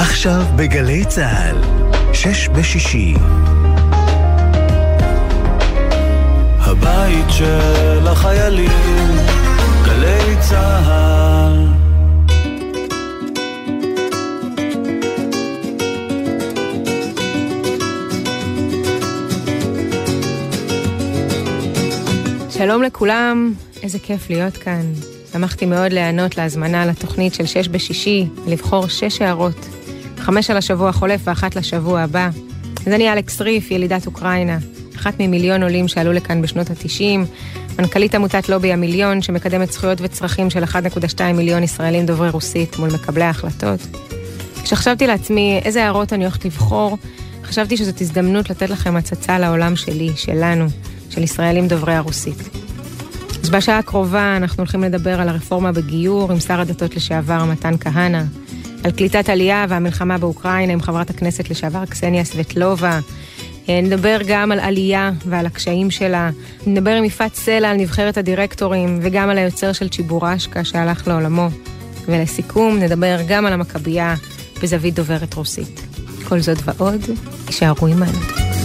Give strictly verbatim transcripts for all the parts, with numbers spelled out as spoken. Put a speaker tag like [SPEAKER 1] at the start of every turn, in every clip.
[SPEAKER 1] עכשיו בגלי צהל, שש בשישי.
[SPEAKER 2] הבית של החיילים, גלי צהל.
[SPEAKER 3] שלום לכולם, איזה כיף להיות כאן. שמחתי מאוד להיענות להזמנה לתוכנית של שש בשישי, לבחור שש הערות. חמש על השבוע החולף ואחת לשבוע הבא. אז אני אלכס ריף, ילידת אוקראינה. אחת ממיליון עולים שעלו לכאן בשנות ה-תשעים. מנכ"לית עמותת לובי המיליון, שמקדמת זכויות וצרכים של אחת נקודה שתיים מיליון ישראלים דוברי רוסית מול מקבלי ההחלטות. כשחשבתי לעצמי איזה הערות אני הולכת לבחור, חשבתי שזאת הזדמנות לתת לכם הצצה לעולם שלי, שלנו, של ישראלים דוברי הרוסית. אז בשעה הקרובה אנחנו הולכים לדבר על הרפורמה בגיור עם שר הדתות לשעבר מתן כהנא, על קליטת עלייה והמלחמה באוקראינה עם חברת הכנסת לשעבר קסניה סבטלובה. נדבר גם על עלייה ועל הקשיים שלה. נדבר עם יפעת סלע על נבחרת הדירקטורים וגם על היוצר של צ'יבורשקה שהלך לעולמו. ולסיכום נדבר גם על המכבייה בזווית דוברת רוסית. כל זאת ועוד, יישארו עימנו.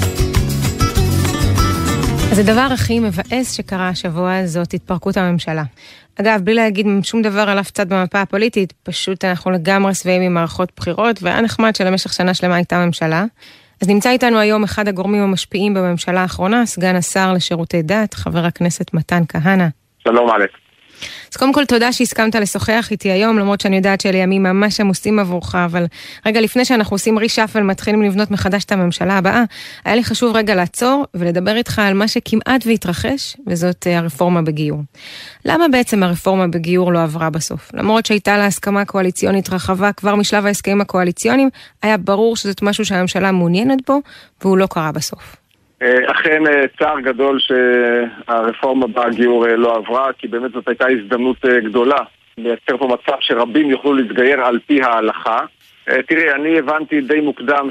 [SPEAKER 3] אז הדבר הכי מבאס שקרה השבוע זאת התפרקות הממשלה. אגב, בלי להגיד שום דבר על אף צד במפה הפוליטית, פשוט אנחנו לגמרי שבעים עם מערכות בחירות, והיה נחמד שלמשך שנה שלמה הייתה ממשלה. אז נמצא איתנו היום אחד הגורמים המשפיעים בממשלה האחרונה, סגן השר לשירותי דת, חבר הכנסת מתן כהנא.
[SPEAKER 4] שלום אלכס.
[SPEAKER 3] אז קודם כל תודה שהסכמת לשוחח איתי היום, למרות שאני יודעת שלימים ממש עמוסים עבורך, אבל רגע לפני שאנחנו עושים רישאפל, מתחילים לבנות מחדש את הממשלה הבאה, היה לי חשוב רגע לעצור ולדבר איתך על מה שכמעט והתרחש, וזאת הרפורמה בגיור. למה בעצם הרפורמה בגיור לא עברה בסוף? למרות שהייתה לה הסכמה קואליציונית רחבה, כבר משלב ההסכמים הקואליציוניים, היה ברור שזאת משהו שהממשלה מעוניינת בו, והוא לא קרה בסוף.
[SPEAKER 4] אכן צער גדול שהרפורמה בגיור לא עברה, כי באמת זאת הייתה הזדמנות גדולה לייצר פה מצב שרבים יוכלו להתגייר על פי ההלכה. תראי, אני הבנתי די מוקדם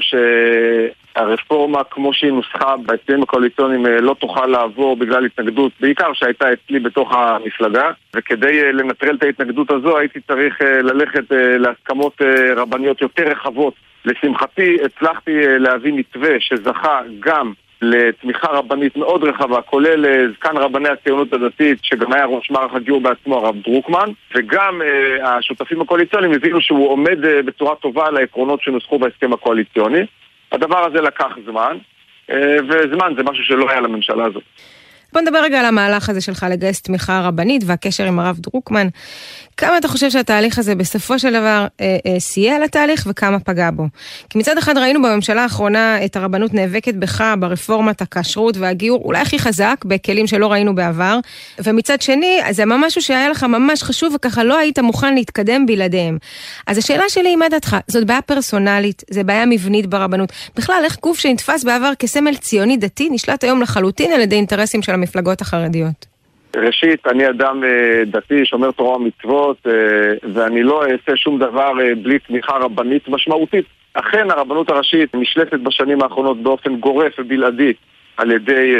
[SPEAKER 4] שהרפורמה כמו שהיא נוסחה בהסכמים הקואליציוניים לא תוכל לעבור בגלל התנגדות, בעיקר שהייתה אצלי בתוך המפלגה, וכדי לנטרל את ההתנגדות הזו הייתי צריך ללכת להסכמות רבניות יותר רחבות. לשמחתי הצלחתי להביא מתווה שזכה גם לתמיכה רבנית מאוד רחבה, כולל זקן רבני הציונות הדתית, שגם היה ראש מערך הגיור בעצמו, הרב דרוקמן, וגם uh, השותפים הקואליציוניים הבינו שהוא עומד uh, בצורה טובה על העקרונות שנוסחו בהסכם הקואליציוני. הדבר הזה לקח זמן, uh, וזמן זה משהו שלא היה לממשלה הזאת.
[SPEAKER 3] בוא נדבר רגע על המהלך הזה שלך לגייס תמיכה רבנית והקשר עם הרב דרוקמן. כמה אתה חושב שהתהליך הזה בסופו של דבר אה, אה, סייע לתהליך וכמה פגע בו? כי מצד אחד ראינו בממשלה האחרונה את הרבנות נאבקת בך ברפורמת הכשרות והגיור אולי הכי חזק בכלים שלא ראינו בעבר, ומצד שני זה משהו שהיה לך ממש חשוב וככה לא היית מוכן להתקדם בלעדיהם. אז השאלה שלי היא מה דעתך? זאת בעיה פרסונלית, זה בעיה מבנית ברבנות. בכלל איך גוף שנתפס בעבר כסמל ציוני דתי נשלט היום לחלוטין על ידי אינטרסים של המפלגות החרדיות?
[SPEAKER 4] ראשית, אני אדם דתי, שומר תורה ומצוות, ואני לא אעשה שום דבר בלי תמיכה רבנית משמעותית. אכן הרבנות הראשית נשלטת בשנים האחרונות באופן גורף ובלעדי על ידי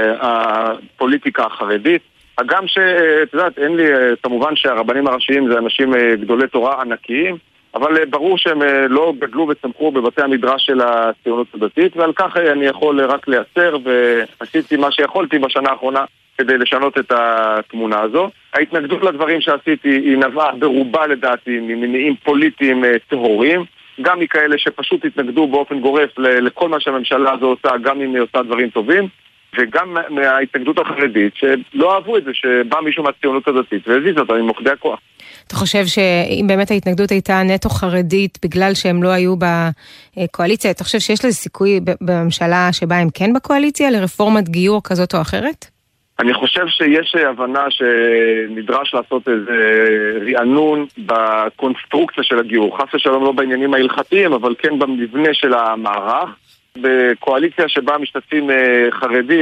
[SPEAKER 4] הפוליטיקה החרדית. הגם שאת יודעת, אין לי, כמובן שהרבנים הראשיים זה אנשים גדולי תורה ענקיים, אבל ברור שהם לא גדלו וצמחו בבתי המדרש של הציונות הדתית, ועל כך אני יכול רק לייצר, ועשיתי מה שיכולתי בשנה האחרונה כדי לשנות את התמונה הזו. ההתנגדות לדברים שעשיתי היא נבעה ברובה לדעתי ממניעים פוליטיים טהורים, גם מכאלה שפשוט התנגדו באופן גורף לכל מה שהממשלה הזו עושה, גם אם היא עושה דברים טובים, וגם מההתנגדות החרדית שלא אהבו את זה, שבא מישהו מהציונות הדתית והזיז אותה ממוקדי הכוח.
[SPEAKER 3] אתה חושב שאם באמת ההתנגדות הייתה נטו חרדית בגלל שהם לא היו בקואליציה, אתה חושב שיש לזה סיכוי בממשלה שבה הם כן בקואליציה לרפורמת גיור כזאת או אחרת?
[SPEAKER 4] אני חושב שיש הבנה שנדרש לעשות איזה רענון בקונסטרוקציה של הגיור, חס ושלום לא בעניינים ההלכתיים, אבל כן במבנה של המערך. בקואליציה שבה משתתפים חרדים,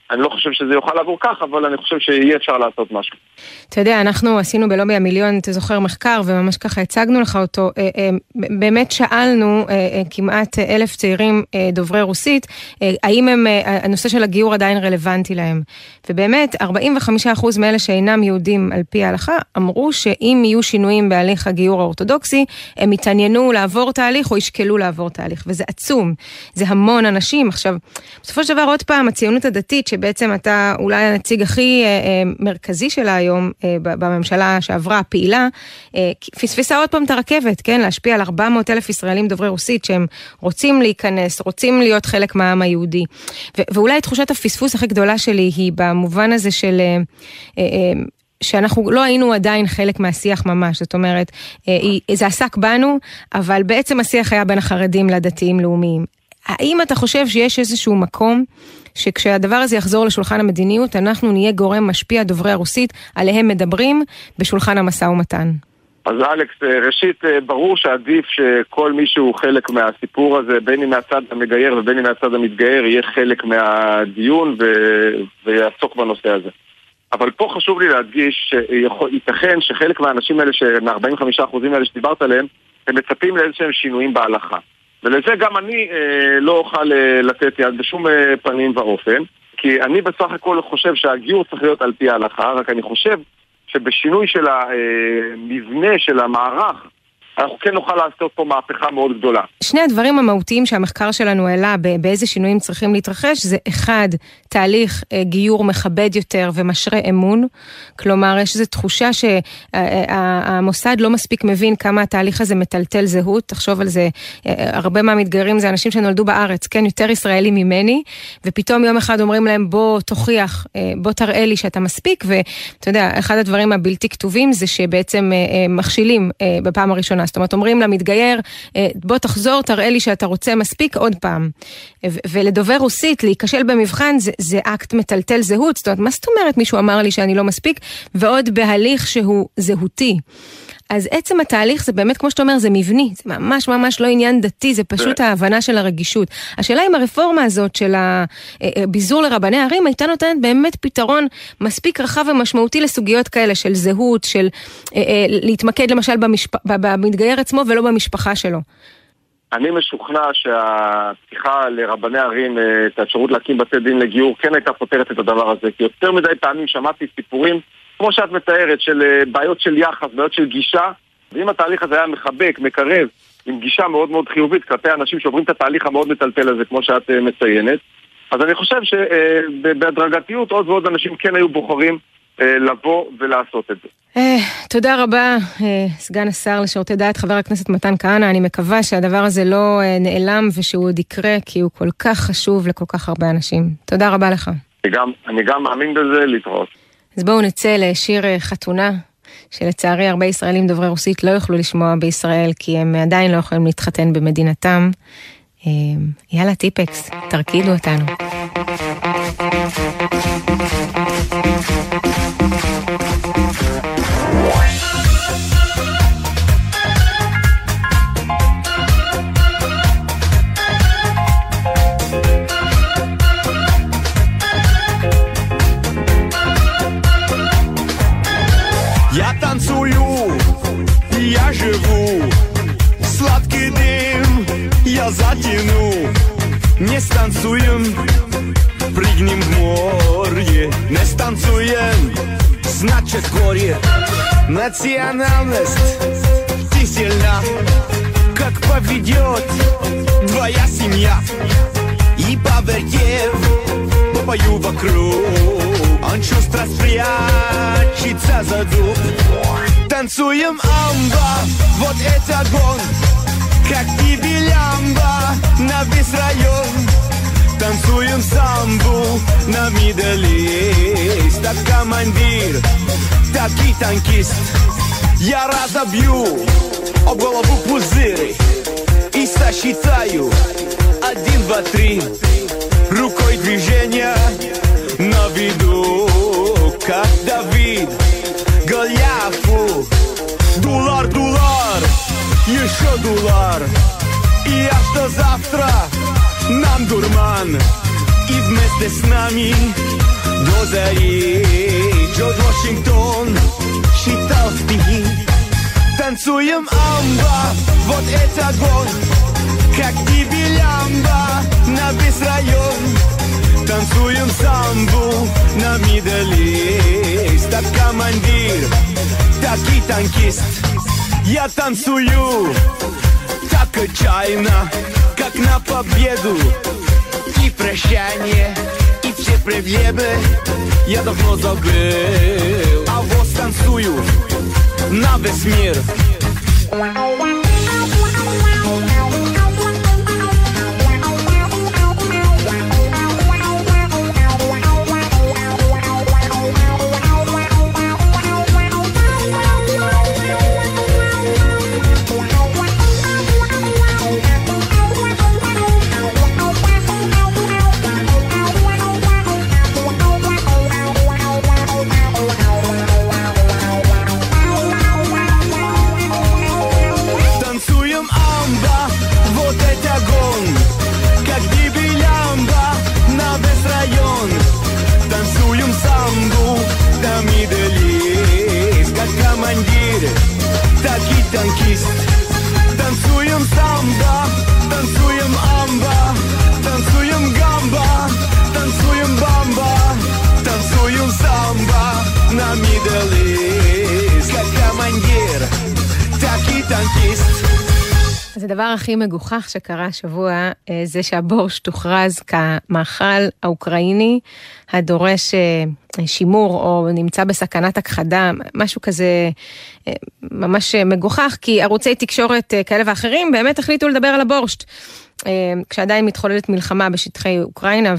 [SPEAKER 4] אני לא חושב שזה יוכל לעבור כך, אבל אני חושב שיהיה אפשר לעשות משהו.
[SPEAKER 3] אתה יודע, אנחנו עשינו בלובי המיליון, אתה זוכר, מחקר, וממש ככה הצגנו לך אותו. באמת שאלנו כמעט אלף צעירים דוברי רוסית, האם הם, הנושא של הגיור עדיין רלוונטי להם. ובאמת, ארבעים וחמישה אחוז מאלה שאינם יהודים על פי ההלכה, אמרו שאם יהיו שינויים בהליך הגיור האורתודוקסי, הם יתעניינו לעבור תהליך או ישקלו לעבור תהליך. וזה עצום. זה המון אנשים. עכשיו, בסופו של דבר, עוד פעם, הציונות הדתית, שבעצם אתה אולי הנציג הכי אה, אה, מרכזי שלה היום, אה, בממשלה שעברה, פעילה, אה, פספסה עוד פעם את הרכבת, כן? להשפיע על ארבע מאות אלף ישראלים דוברי רוסית, שהם רוצים להיכנס, רוצים להיות חלק מהעם היהודי. ו- ואולי תחושת הפספוס הכי גדולה שלי, היא במובן הזה של... אה, אה, שאנחנו לא היינו עדיין חלק מהשיח ממש, זאת אומרת, זה עסק בנו, אבל בעצם השיח היה בין החרדים לדתיים לאומיים. האם אתה חושב שיש איזשהו מקום שכשהדבר הזה יחזור לשולחן המדיניות, אנחנו נהיה גורם משפיע דוברי הרוסית, עליהם מדברים בשולחן המשא ומתן?
[SPEAKER 4] אז אלכס, ראשית, ברור שעדיף שכל מי שהוא חלק מהסיפור הזה, בין אם מהצד המגייר ובין אם מהצד המתגייר, יהיה חלק מהדיון ו- ויעסוק בנושא הזה. אבל פה חשוב לי להדגיש שייתכן שחלק מהאנשים האלה, מה-ארבעים וחמישה אחוזים האלה שדיברת עליהם, הם מצפים לאיזשהם שינויים בהלכה. ולזה גם אני אה, לא אוכל אה, לתת יד בשום אה, פנים ואופן, כי אני בסך הכל חושב שהגיור צריך להיות על פי ההלכה, רק אני חושב שבשינוי של המבנה של המערך, אנחנו כן נוכל לעשות פה מהפכה מאוד גדולה.
[SPEAKER 3] שני הדברים המהותיים שהמחקר שלנו העלה באיזה שינויים צריכים להתרחש, זה אחד, תהליך גיור מכבד יותר ומשרה אמון, כלומר יש איזו תחושה שהמוסד לא מספיק מבין כמה התהליך הזה מטלטל זהות, תחשוב על זה, הרבה מהמתגיירים זה אנשים שנולדו בארץ, כן, יותר ישראלים ממני, ופתאום יום אחד אומרים להם בוא תוכיח, בוא תראה לי שאתה מספיק, ואתה יודע, אחד הדברים הבלתי כתובים זה שבעצם מכשילים בפעם הראשונה, זאת אומרת, אומרים למתגייר, בוא תחזור, תראה לי שאתה רוצה מספיק עוד פעם. ולדובר רוסית, להיכשל במבחן, זה, זה אקט מטלטל זהות. זאת אומרת, מה זאת אומרת? מישהו אמר לי שאני לא מספיק, ועוד בהליך שהוא זהותי. אז עצם התהליך זה באמת, כמו שאתה אומר, זה מבני, זה ממש ממש לא עניין דתי, זה פשוט ההבנה של הרגישות. השאלה אם הרפורמה הזאת של הביזור לרבני הערים, הייתה נותנת באמת פתרון מספיק רחב ומשמעותי לסוגיות כאלה, של זהות, של להתמקד למשל במתגייר עצמו ולא במשפחה שלו.
[SPEAKER 4] אני משוכנע שהפתיחה לרבני הערים, את האפשרות להקים בתי דין לגיור, כן הייתה פותרת את הדבר הזה, כי יותר מדי פעמים שמעתי סיפורים, כמו שאת מתארת, של בעיות של יחס, בעיות של גישה, ואם התהליך הזה היה מחבק, מקרב, עם גישה מאוד מאוד חיובית, כלפי אנשים שעוברים את התהליך המאוד מטלטל הזה, כמו שאת מציינת, אז אני חושב שבהדרגתיות עוד ועוד אנשים כן היו בוחרים לבוא ולעשות את זה.
[SPEAKER 3] תודה רבה, סגן השר לשירותי דת, חבר הכנסת מתן כהנא, אני מקווה שהדבר הזה לא נעלם ושהוא עוד יקרה, כי הוא כל כך חשוב לכל כך הרבה אנשים. תודה רבה לך.
[SPEAKER 4] אני גם, אני גם מאמין בזה, להתראות.
[SPEAKER 3] אז בואו נצא לשיר חתונה, שלצערי הרבה ישראלים דוברי רוסית לא יוכלו לשמוע בישראל, כי הם עדיין לא יכולים להתחתן במדינתם. יאללה טיפקס, תרקידו אותנו.
[SPEAKER 5] Я танцую, я живу, сладкий дым я затяну. Не станцуем, прыгнем в море. Не станцуем, значит горе. Национальность, ты сильна, как поведет твоя семья. И повертев, попою вокруг, он чувство спрячется за дуб. Танцуем амба, вот это гон, как тебе лямба на весь район. Танцуем самбу на медалист, так командир, так и танкист. Я разобью об голову пузыри и сосчитаю один, два, три. Рукой движения на виду, как Давид Голиафу. Дулар, дулар, еще дулар. И автозавтра нам дурман. И вместе с нами до зари Джордж Вашингтон читал стихи. Танцуем амба, вот это огонь, как тебе лямба на весь район. Танцуем самбу на Middle так командир, так и танкист. Я танцую так отчаянно, как на победу. И прощание, и все проблемы я давно забыл. А вот танцую на весь мир. Танкист. Танцуем самбо, танцуем амба, танцуем гамба, танцуем бамба, танцуем самбо на Middle East. как командир, так и танкист.
[SPEAKER 3] אז הדבר הכי מגוחך שקרה השבוע זה שהבורש תוכרז כמאכל האוקראיני הדורש שימור או נמצא בסכנת הכחדה, משהו כזה ממש מגוחך, כי ערוצי תקשורת כאלה ואחרים באמת החליטו לדבר על הבורשט, כשעדיין מתחוללת מלחמה בשטחי אוקראינה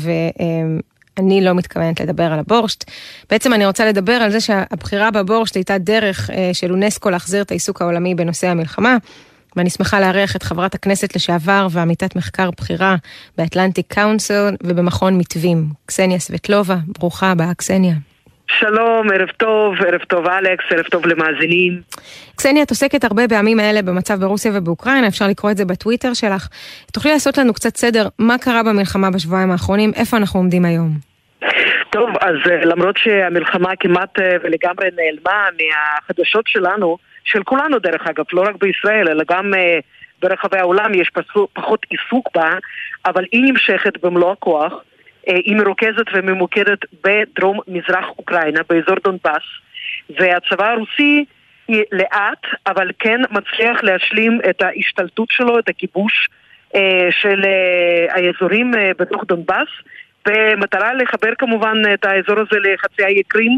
[SPEAKER 3] ואני לא מתכוונת לדבר על הבורשט. בעצם אני רוצה לדבר על זה שהבחירה בבורשט הייתה דרך של אונסקו להחזיר את העיסוק העולמי בנושא המלחמה, ואני שמחה לארח את חברת הכנסת לשעבר ועמיתת מחקר בחירה באטלנטיק קאונסל ובמכון מתווים, קסניה סבטלובה. ברוכה הבאה, קסניה.
[SPEAKER 6] שלום, ערב טוב, ערב טוב אלכס, ערב טוב למאזינים.
[SPEAKER 3] קסניה, את עוסקת הרבה בימים האלה במצב ברוסיה ובאוקראינה, אפשר לקרוא את זה בטוויטר שלך. תוכלי לעשות לנו קצת סדר, מה קרה במלחמה בשבועיים האחרונים, איפה אנחנו עומדים היום?
[SPEAKER 6] טוב, אז למרות שהמלחמה כמעט ולגמרי נעלמה מהחדשות שלנו, של כולנו דרך אגב, לא רק בישראל, אלא גם uh, ברחבי העולם יש פסו, פחות עיסוק בה, אבל היא נמשכת במלוא הכוח, uh, היא מרוכזת וממוקדת בדרום מזרח אוקראינה, באזור דונבאס, והצבא הרוסי היא לאט, אבל כן מצליח להשלים את ההשתלטות שלו, את הכיבוש uh, של uh, האזורים uh, בתוך דונבאס, במטרה לחבר כמובן את האזור הזה לחצי האי קרים,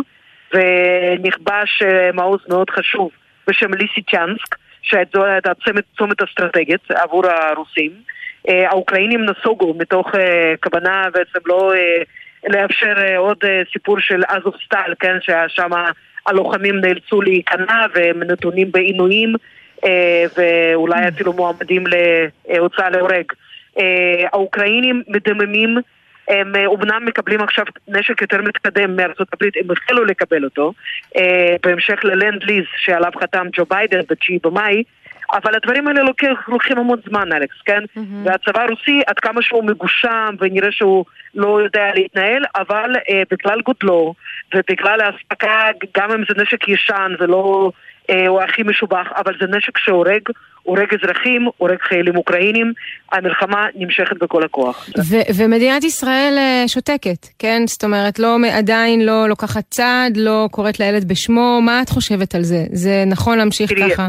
[SPEAKER 6] ונכבש uh, מעוז מאוד חשוב, בשם ליסיצ'נסק, שהייתה צומת אסטרטגית עבור הרוסים. האוקראינים נסוגו מתוך כוונה בעצם לא לאפשר עוד סיפור של אזובסטל, כן, ששם הלוחמים נאלצו להיכנע והם נתונים בעינויים ואולי אפילו מועמדים להוצאה להורג. האוקראינים מדממים, הם אומנם מקבלים עכשיו נשק יותר מתקדם מארצות הברית, הם החלו לקבל אותו, אה, בהמשך ללנד ליז שעליו חתם ג'ו ביידן בתשיעי במאי, אבל הדברים האלה לוקח, לוקחים המון זמן, אלכס, כן? Mm-hmm. והצבא הרוסי, עד כמה שהוא מגושם ונראה שהוא לא יודע להתנהל, אבל אה, בגלל גודלו ובגלל ההספקה, גם אם זה נשק ישן, זה לא אה, הוא הכי משובח, אבל זה נשק שהורג, הורג אזרחים, הורג חיילים אוקראינים, המלחמה נמשכת בכל הכוח.
[SPEAKER 3] ו- ומדינת ישראל שותקת, כן? זאת אומרת, לא, עדיין לא לוקחת צעד, לא קוראת לילד בשמו, מה את חושבת על זה? זה נכון להמשיך תראי, ככה?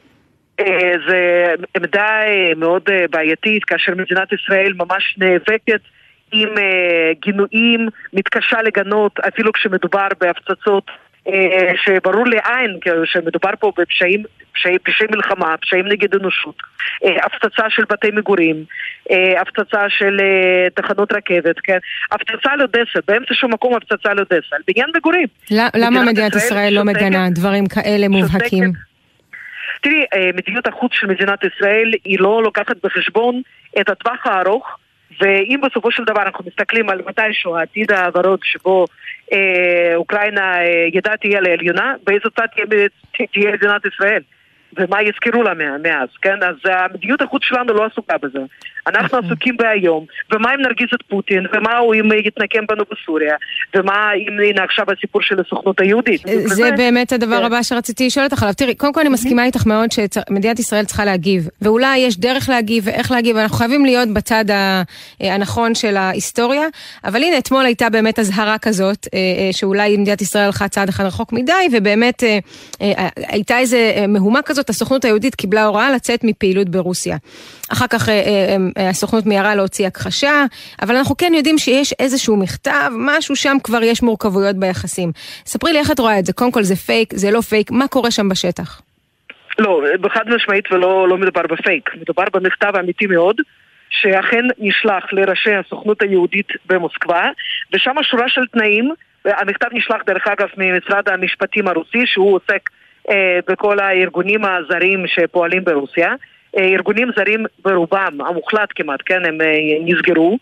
[SPEAKER 6] זה עמדה מאוד בעייתית, כאשר מדינת ישראל ממש נאבקת עם גינויים, מתקשה לגנות, אפילו כשמדובר בהפצצות, שברור לעין שמדובר פה בפשעים, פשעי, פשעי מלחמה, פשעים נגד אנושות, הפצצה של בתי מגורים, הפצצה של תחנות רכבת, כן? הפצצה על אודסה, באמצע שום מקום הפצצה על אודסה, על בניין מגורים.
[SPEAKER 3] למה מדינת ישראל לא מגנה דברים כאלה מובהקים?
[SPEAKER 6] תראי, מדיניות החוץ של מדינת ישראל היא לא לוקחת בחשבון את הטווח הארוך, ואם בסופו של דבר אנחנו מסתכלים על מתישהו העתיד העברות שבו אה, אוקראינה אה, ידעה תהיה לעליונה, באיזו צד תהיה, תהיה מדינת ישראל? ומה יזכרו לה מאז, כן? אז המדיניות החוץ שלנו לא עסוקה בזה. אנחנו עסוקים בהיום, ומה אם נרגיז את פוטין, ומה אם יתנקם בנו בסוריה, ומה אם הנה עכשיו הסיפור של הסוכנות היהודית.
[SPEAKER 3] זה באמת הדבר הבא שרציתי לשאול אותך עליו. תראי, קודם כל אני מסכימה איתך מאוד שמדינת ישראל צריכה להגיב, ואולי יש דרך להגיב ואיך להגיב, ואנחנו חייבים להיות בצד הנכון של ההיסטוריה, אבל הנה אתמול הייתה באמת הזהרה כזאת, שאולי מדינת ישראל הלכה צעד אחד רחוק מדי, ובאמת הייתה איזה מהומה כזאת, הסוכנות היהודית קיבלה הוראה לצאת מפעילות ברוסיה. אחר כך הסוכנות מיירה להוציא הכחשה, אבל אנחנו כן יודעים שיש איזשהו מכתב, משהו שם כבר יש מורכבויות ביחסים. ספרי לי איך את רואה את זה, קודם כל זה פייק, זה לא פייק, מה קורה שם בשטח?
[SPEAKER 6] לא, בחד משמעית ולא לא מדובר בפייק, מדובר במכתב אמיתי מאוד, שאכן נשלח לראשי הסוכנות היהודית במוסקבה, ושם שורה של תנאים, המכתב נשלח דרך אגב ממשרד המשפטים הרוסי, שהוא עוסק אה, בכל הארגונים הזרים שפועלים ברוסיה, ארגונים זרים ברובם, המוחלט כמעט, כן, הם נסגרו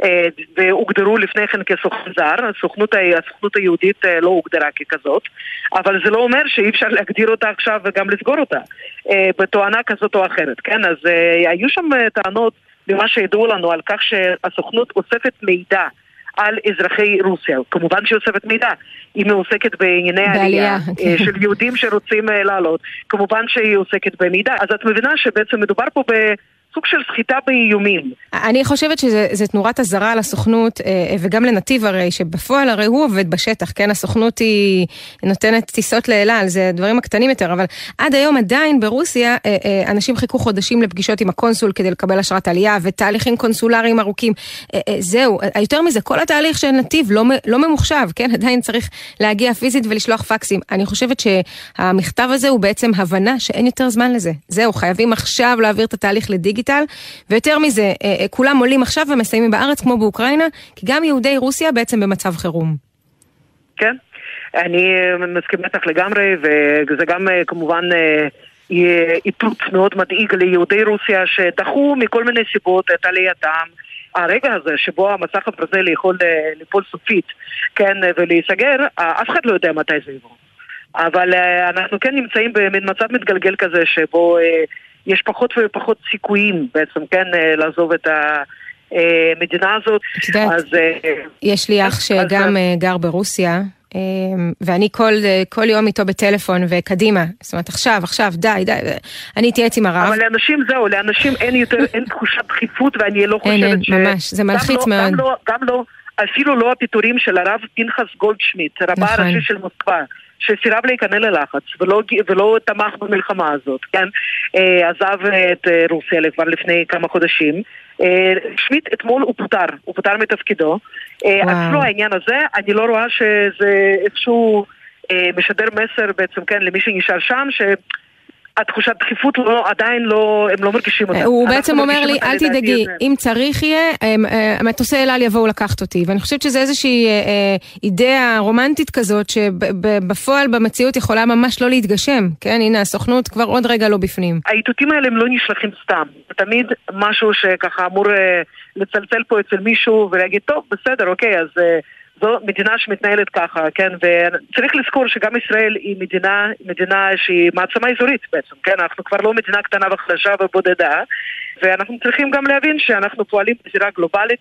[SPEAKER 6] והוגדרו לפני כן כסוכן זר. הסוכנות, הסוכנות היהודית לא הוגדרה ככזאת, אבל זה לא אומר שאי אפשר להגדיר אותה עכשיו וגם לסגור אותה בתואנה כזאת או אחרת, כן? אז היו שם טענות במה שידעו לנו על כך שהסוכנות אוספת מידע על אזרחי רוסיה. כמובן שהיא אוספת מידע, היא עוסקת בענייני העלייה של יהודים שרוצים לעלות, כמובן שהיא עוסקת במידע. אז את מבינה שבעצם מדובר פה בסוג של סחיטה באיומים.
[SPEAKER 3] אני חושבת שזה תנורת הזרה על הסוכנות, וגם לנתיב הרי, שבפועל הרי הוא עובד בשטח, כן? הסוכנות היא נותנת טיסות לאלעל, זה דברים הקטנים יותר, אבל עד היום עדיין ברוסיה, אנשים חיכו חודשים לפגישות עם הקונסול כדי לקבל אשרת עלייה, ותהליכים קונסולריים ארוכים. זהו, יותר מזה, כל התהליך של נתיב לא, לא ממוחשב, כן? עדיין צריך להגיע פיזית ולשלוח פקסים. אני חושבת שהמכתב הזה הוא בעצם הבנה שאין יותר זמן לזה. זהו, חייבים עכשיו להעביר את התהליך לדיגיטל, ויותר מזה, כולם עולים עכשיו ומסיימים בארץ כמו באוקראינה, כי גם יהודי רוסיה בעצם במצב חירום. כן,
[SPEAKER 6] אני מסכים איתך לגמרי, וזה גם כמובן איתות מאוד מדאיג ליהודי רוסיה שדחו מכל מיני סיבות את עלייתם. הרגע הזה שבו המסך הברזל יכול ליפול סופית, כן, ולהיסגר, אף אחד לא יודע מתי זה יבוא. אבל אנחנו כן נמצאים במין מצב מתגלגל כזה שבו יש פחות ופחות סיכויים בעצם, כן, לעזוב את המדינה הזאת. אז,
[SPEAKER 3] יש לי אח שגם אז... גר ברוסיה, ואני כל, כל יום איתו בטלפון וקדימה, זאת אומרת עכשיו, עכשיו, די, די, אני אתייעץ עם הרב.
[SPEAKER 6] אבל לאנשים זהו, לאנשים אין יותר, אין תחושת דחיפות, ואני לא חושבת
[SPEAKER 3] אין, אין,
[SPEAKER 6] ש...
[SPEAKER 3] ממש, זה מלחיץ
[SPEAKER 6] לא,
[SPEAKER 3] מאוד.
[SPEAKER 6] גם לא, גם לא, אפילו לא הפיטורים של הרב פנחס גולדשמיט, רבה נכון. הראשי של מוסקבה, שסירב להיכנס ללחץ, ולא, ולא תמך במלחמה הזאת, כן? עזב את רוסיה כבר לפני כמה חודשים. שמיט אתמול הוא פוטר, הוא פוטר מתפקידו. אפילו העניין הזה, אני לא רואה שזה איזשהו משדר מסר בעצם, כן, למי שנשאר שם, ש... התחושת דחיפות לא, עדיין לא, הם לא מרגישים אותה.
[SPEAKER 3] הוא בעצם אומר לי, אל תדאגי, אם צריך יהיה, המטוסי אל על יבואו לקחת אותי. ואני חושבת שזה איזושהי אידאה רומנטית כזאת, שבפועל במציאות יכולה ממש לא להתגשם. כן, הנה, הסוכנות כבר עוד רגע לא בפנים.
[SPEAKER 6] האיתותים האלה הם לא נשלחים סתם. תמיד משהו שככה אמור לצלצל פה אצל מישהו ולהגיד, טוב, בסדר, אוקיי, אז... זו מדינה שמתנהלת ככה, כן, וצריך לזכור שגם ישראל היא מדינה, מדינה שהיא מעצמה אזורית בעצם, כן, אנחנו כבר לא מדינה קטנה וחלשה ובודדה, ואנחנו צריכים גם להבין שאנחנו פועלים בזירה גלובלית,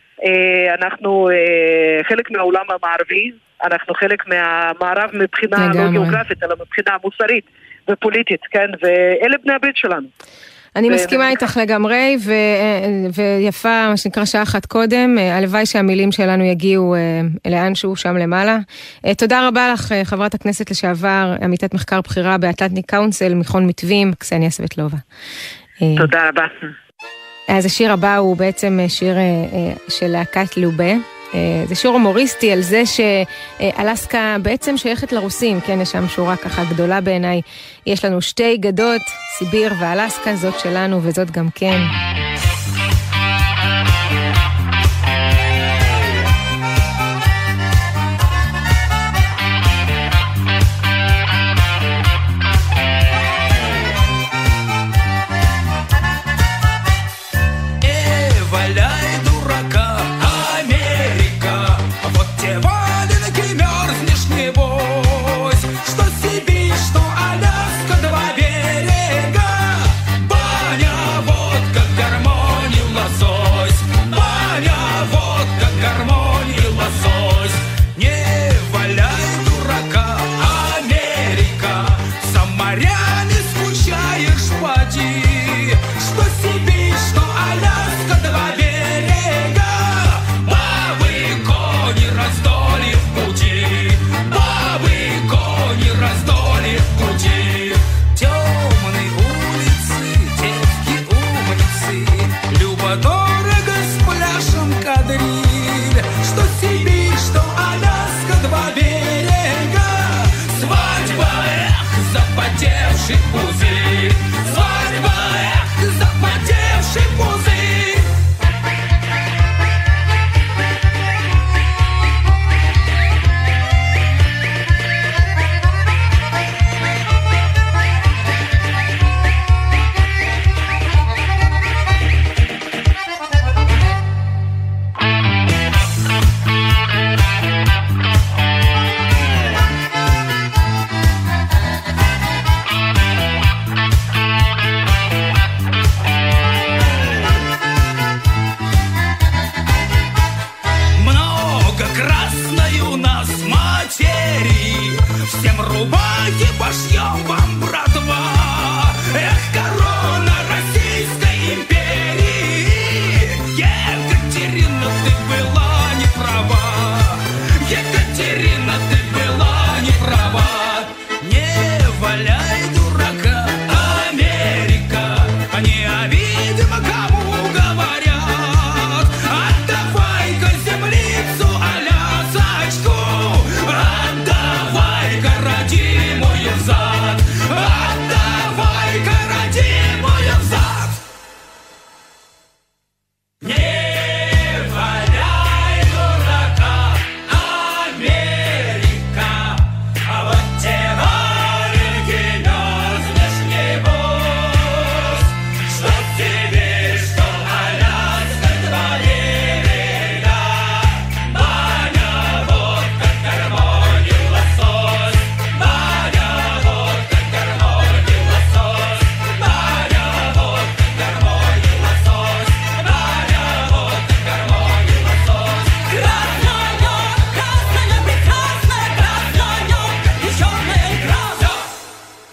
[SPEAKER 6] אנחנו חלק מהעולם המערבי, אנחנו חלק מהמערב מבחינה לא גיאוגרפית, אלא מבחינה מוסרית ופוליטית, כן, ואלה בני הברית שלנו.
[SPEAKER 3] אני מסכימה איתך לגמרי, ויפה, מה שנקרא שעה אחת קודם, הלוואי שהמילים שלנו יגיעו לאנשהו שם למעלה. תודה רבה לך, חברת הכנסת לשעבר, עמיתת מחקר בחירה באטלנטיק קאונסל, מכון מתווים, קסניה סבטלובה.
[SPEAKER 6] תודה רבה.
[SPEAKER 3] אז השיר הבא הוא בעצם שיר של להקת לובה. זה שיר הומוריסטי על זה שאלסקה בעצם שייכת לרוסים, כן, יש שם שורה ככה גדולה בעיניי. יש לנו שתי גדות, סיביר ואלסקה, זאת שלנו וזאת גם כן.
[SPEAKER 5] Что Сибирь, что Аляска, два берега.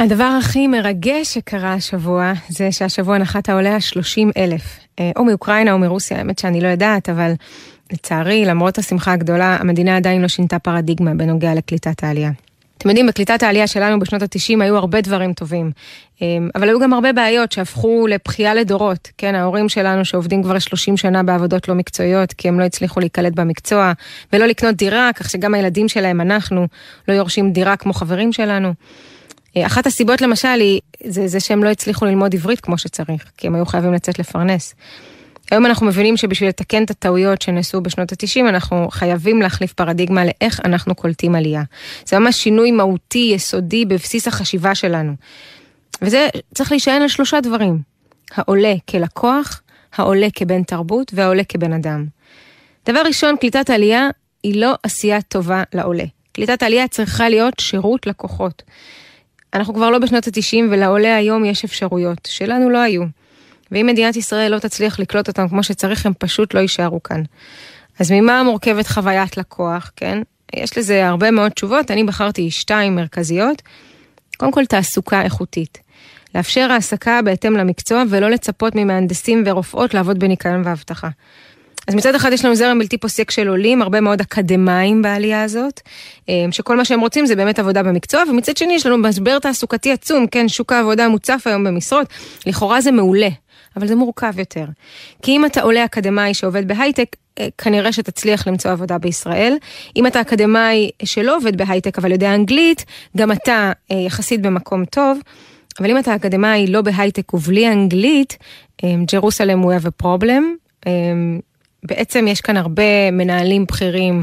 [SPEAKER 3] הדבר הכי מרגש שקרה השבוע, זה שהשבוע נחת העולה ה-שלושים אלף, או מאוקראינה או מרוסיה, האמת שאני לא יודעת, אבל לצערי, למרות השמחה הגדולה, המדינה עדיין לא שינתה פרדיגמה בנוגע לקליטת העלייה. אתם יודעים, בקליטת העלייה שלנו בשנות ה-תשעים היו הרבה דברים טובים, אבל היו גם הרבה בעיות שהפכו לבחייה לדורות, כן, ההורים שלנו שעובדים כבר שלושים שנה בעבודות לא מקצועיות, כי הם לא הצליחו להיקלט במקצוע, ולא לקנות דירה, כך שגם הילדים שלהם, אנחנו, לא יורשים דירה כמו חברים שלנו. אחת הסיבות למשל היא, זה, זה שהם לא הצליחו ללמוד עברית כמו שצריך, כי הם היו חייבים לצאת לפרנס. היום אנחנו מבינים שבשביל לתקן את הטעויות שנעשו בשנות ה-תשעים, אנחנו חייבים להחליף פרדיגמה לאיך אנחנו קולטים עלייה. זה ממש שינוי מהותי, יסודי, בבסיס החשיבה שלנו. וזה צריך להישען על שלושה דברים. העולה כלקוח, העולה כבן תרבות, והעולה כבן אדם. דבר ראשון, קליטת עלייה היא לא עשייה טובה לעולה. קליטת עלייה צריכה להיות שירות לקוחות. אנחנו כבר לא בשנות ה-תשעים, ולעולה היום יש אפשרויות, שלנו לא היו. ואם מדינת ישראל לא תצליח לקלוט אותם כמו שצריך, הם פשוט לא יישארו כאן. אז ממה מורכבת חוויית לקוח, כן? יש לזה הרבה מאוד תשובות, אני בחרתי שתיים מרכזיות. קודם כל, תעסוקה איכותית. לאפשר העסקה בהתאם למקצוע, ולא לצפות ממהנדסים ורופאות לעבוד בניקיון והבטחה. אז מצד אחד יש לנו זרם בלתי פוסק של עולים, הרבה מאוד אקדמיים בעלייה הזאת, שכל מה שהם רוצים זה באמת עבודה במקצוע, ומצד שני יש לנו משבר תעסוקתי עצום, כן, שוק העבודה מוצף היום במשרות, לכאורה זה מעולה, אבל זה מורכב יותר. כי אם אתה עולה אקדמאי שעובד בהייטק, כנראה שתצליח למצוא עבודה בישראל. אם אתה אקדמאי שלא עובד בהייטק, אבל יודע אנגלית, גם אתה יחסית במקום טוב, אבל אם אתה אקדמאי לא בהייטק ובלי אנגלית, ג'רוסלם we have a problem, בעצם יש כאן הרבה מנהלים בכירים,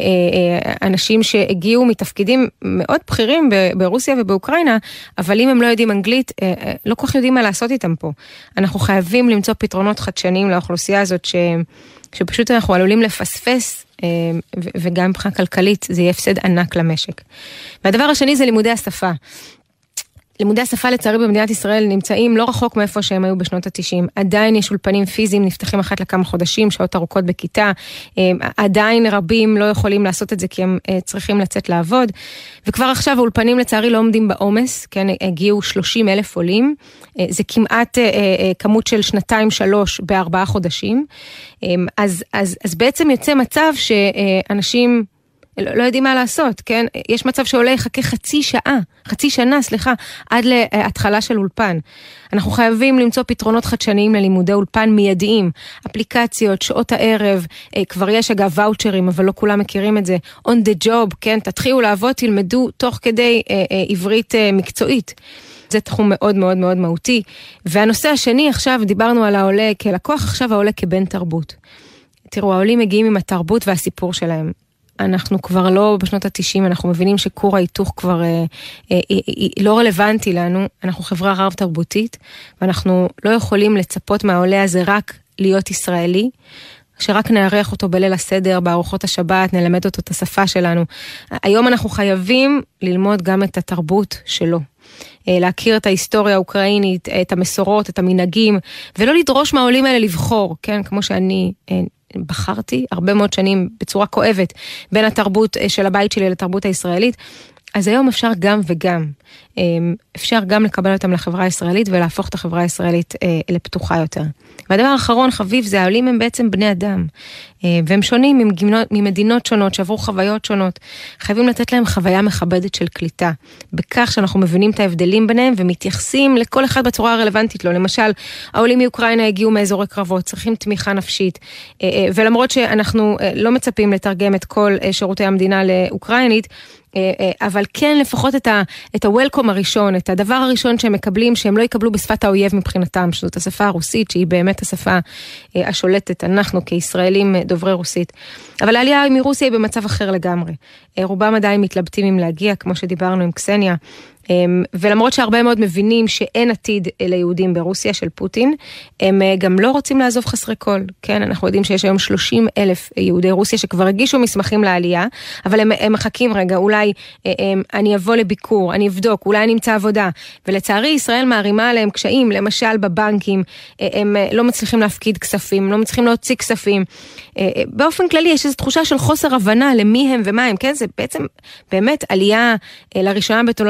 [SPEAKER 3] אנשים שהגיעו מתפקידים מאוד בכירים ברוסיה ובאוקראינה, אבל אם הם לא יודעים אנגלית, לא כל כך יודעים מה לעשות איתם פה. אנחנו חייבים למצוא פתרונות חדשניים לאוכלוסייה הזאת, ש... שפשוט אנחנו עלולים לפספס, וגם מבחינה כלכלית זה יהיה הפסד ענק למשק. והדבר השני זה לימודי השפה. לימודי השפה לצערי במדינת ישראל נמצאים לא רחוק מאיפה שהם היו בשנות ה-תשעים. עדיין יש אולפנים פיזיים, נפתחים אחת לכמה חודשים, שעות ארוכות בכיתה. עדיין רבים לא יכולים לעשות את זה כי הם צריכים לצאת לעבוד. וכבר עכשיו האולפנים לצערי לא עומדים בעומס, כן, הגיעו שלושים אלף עולים. זה כמעט כמות של שנתיים שלוש בארבעה חודשים. אז, אז, אז בעצם יוצא מצב שאנשים לא, לא יודעים מה לעשות, כן? יש מצב שעולה יחכה חצי שעה, חצי שנה, סליחה, עד להתחלה של אולפן. אנחנו חייבים למצוא פתרונות חדשניים ללימודי אולפן מיידיים, אפליקציות, שעות הערב, כבר יש אגב ואוצ'רים, אבל לא כולם מכירים את זה, on the job, כן? תתחילו לעבוד, תלמדו תוך כדי אה, אה, עברית אה, מקצועית. זה תחום מאוד מאוד מאוד מהותי. והנושא השני, עכשיו דיברנו על העולה כלקוח, עכשיו העולה כבן תרבות. תראו, העולים מגיעים עם התרבות והסיפור שלהם. אנחנו כבר לא בשנות ה-תשעים, אנחנו מבינים שקור ההיתוך כבר אה, אה, אה, אה, לא רלוונטי לנו, אנחנו חברה רב תרבותית, ואנחנו לא יכולים לצפות מהעולה הזה רק להיות ישראלי, שרק נערך אותו בליל הסדר, בארוחות השבת, נלמד אותו את השפה שלנו. היום אנחנו חייבים ללמוד גם את התרבות שלו. להכיר את ההיסטוריה האוקראינית, את המסורות, את המנהגים, ולא לדרוש מהעולים האלה לבחור, כן, כמו שאני בחרתי הרבה מאוד שנים בצורה כואבת, בין התרבות של הבית שלי לתרבות הישראלית, אז היום אפשר גם וגם. אפשר גם לקבל אותם לחברה הישראלית ולהפוך את החברה הישראלית לפתוחה יותר. והדבר האחרון חביב זה העולים הם בעצם בני אדם. והם שונים ממדינות שונות שעברו חוויות שונות. חייבים לתת להם חוויה מכבדת של קליטה. בכך שאנחנו מבינים את ההבדלים ביניהם ומתייחסים לכל אחד בצורה הרלוונטית לו. למשל, העולים מאוקראינה הגיעו מאזורי קרבות, צריכים תמיכה נפשית. ולמרות שאנחנו לא מצפים לתרגם את כל שירותי המדינה לאוקראינית, אבל כן לפחות את ה את ה-welcome הראשון, את הדבר הראשון שהם מקבלים, שהם לא יקבלו בשפת האויב מבחינתם, שזאת השפה הרוסית, שהיא באמת השפה השולטת, אנחנו כישראלים דוברי רוסית. אבל העלייה מרוסיה היא במצב אחר לגמרי. רובם עדיין מתלבטים אם להגיע, כמו שדיברנו עם קסניה, ולמרות שהרבה מאוד מבינים שאין עתיד ליהודים ברוסיה של פוטין, הם גם לא רוצים לעזוב חסרי כל, כן? אנחנו יודעים שיש היום שלושים אלף יהודי רוסיה שכבר הגישו מסמכים לעלייה, אבל הם, הם מחכים רגע, אולי הם, אני אבוא לביקור, אני אבדוק, אולי אני אמצא עבודה, ולצערי ישראל מערימה עליהם קשיים, למשל בבנקים, הם לא מצליחים להפקיד כספים, לא מצליחים להוציא כספים, באופן כללי יש איזו תחושה של חוסר הבנה למי הם ומה הם, כן? זה בעצם באמת עלייה לראשונה בתולדות מדינת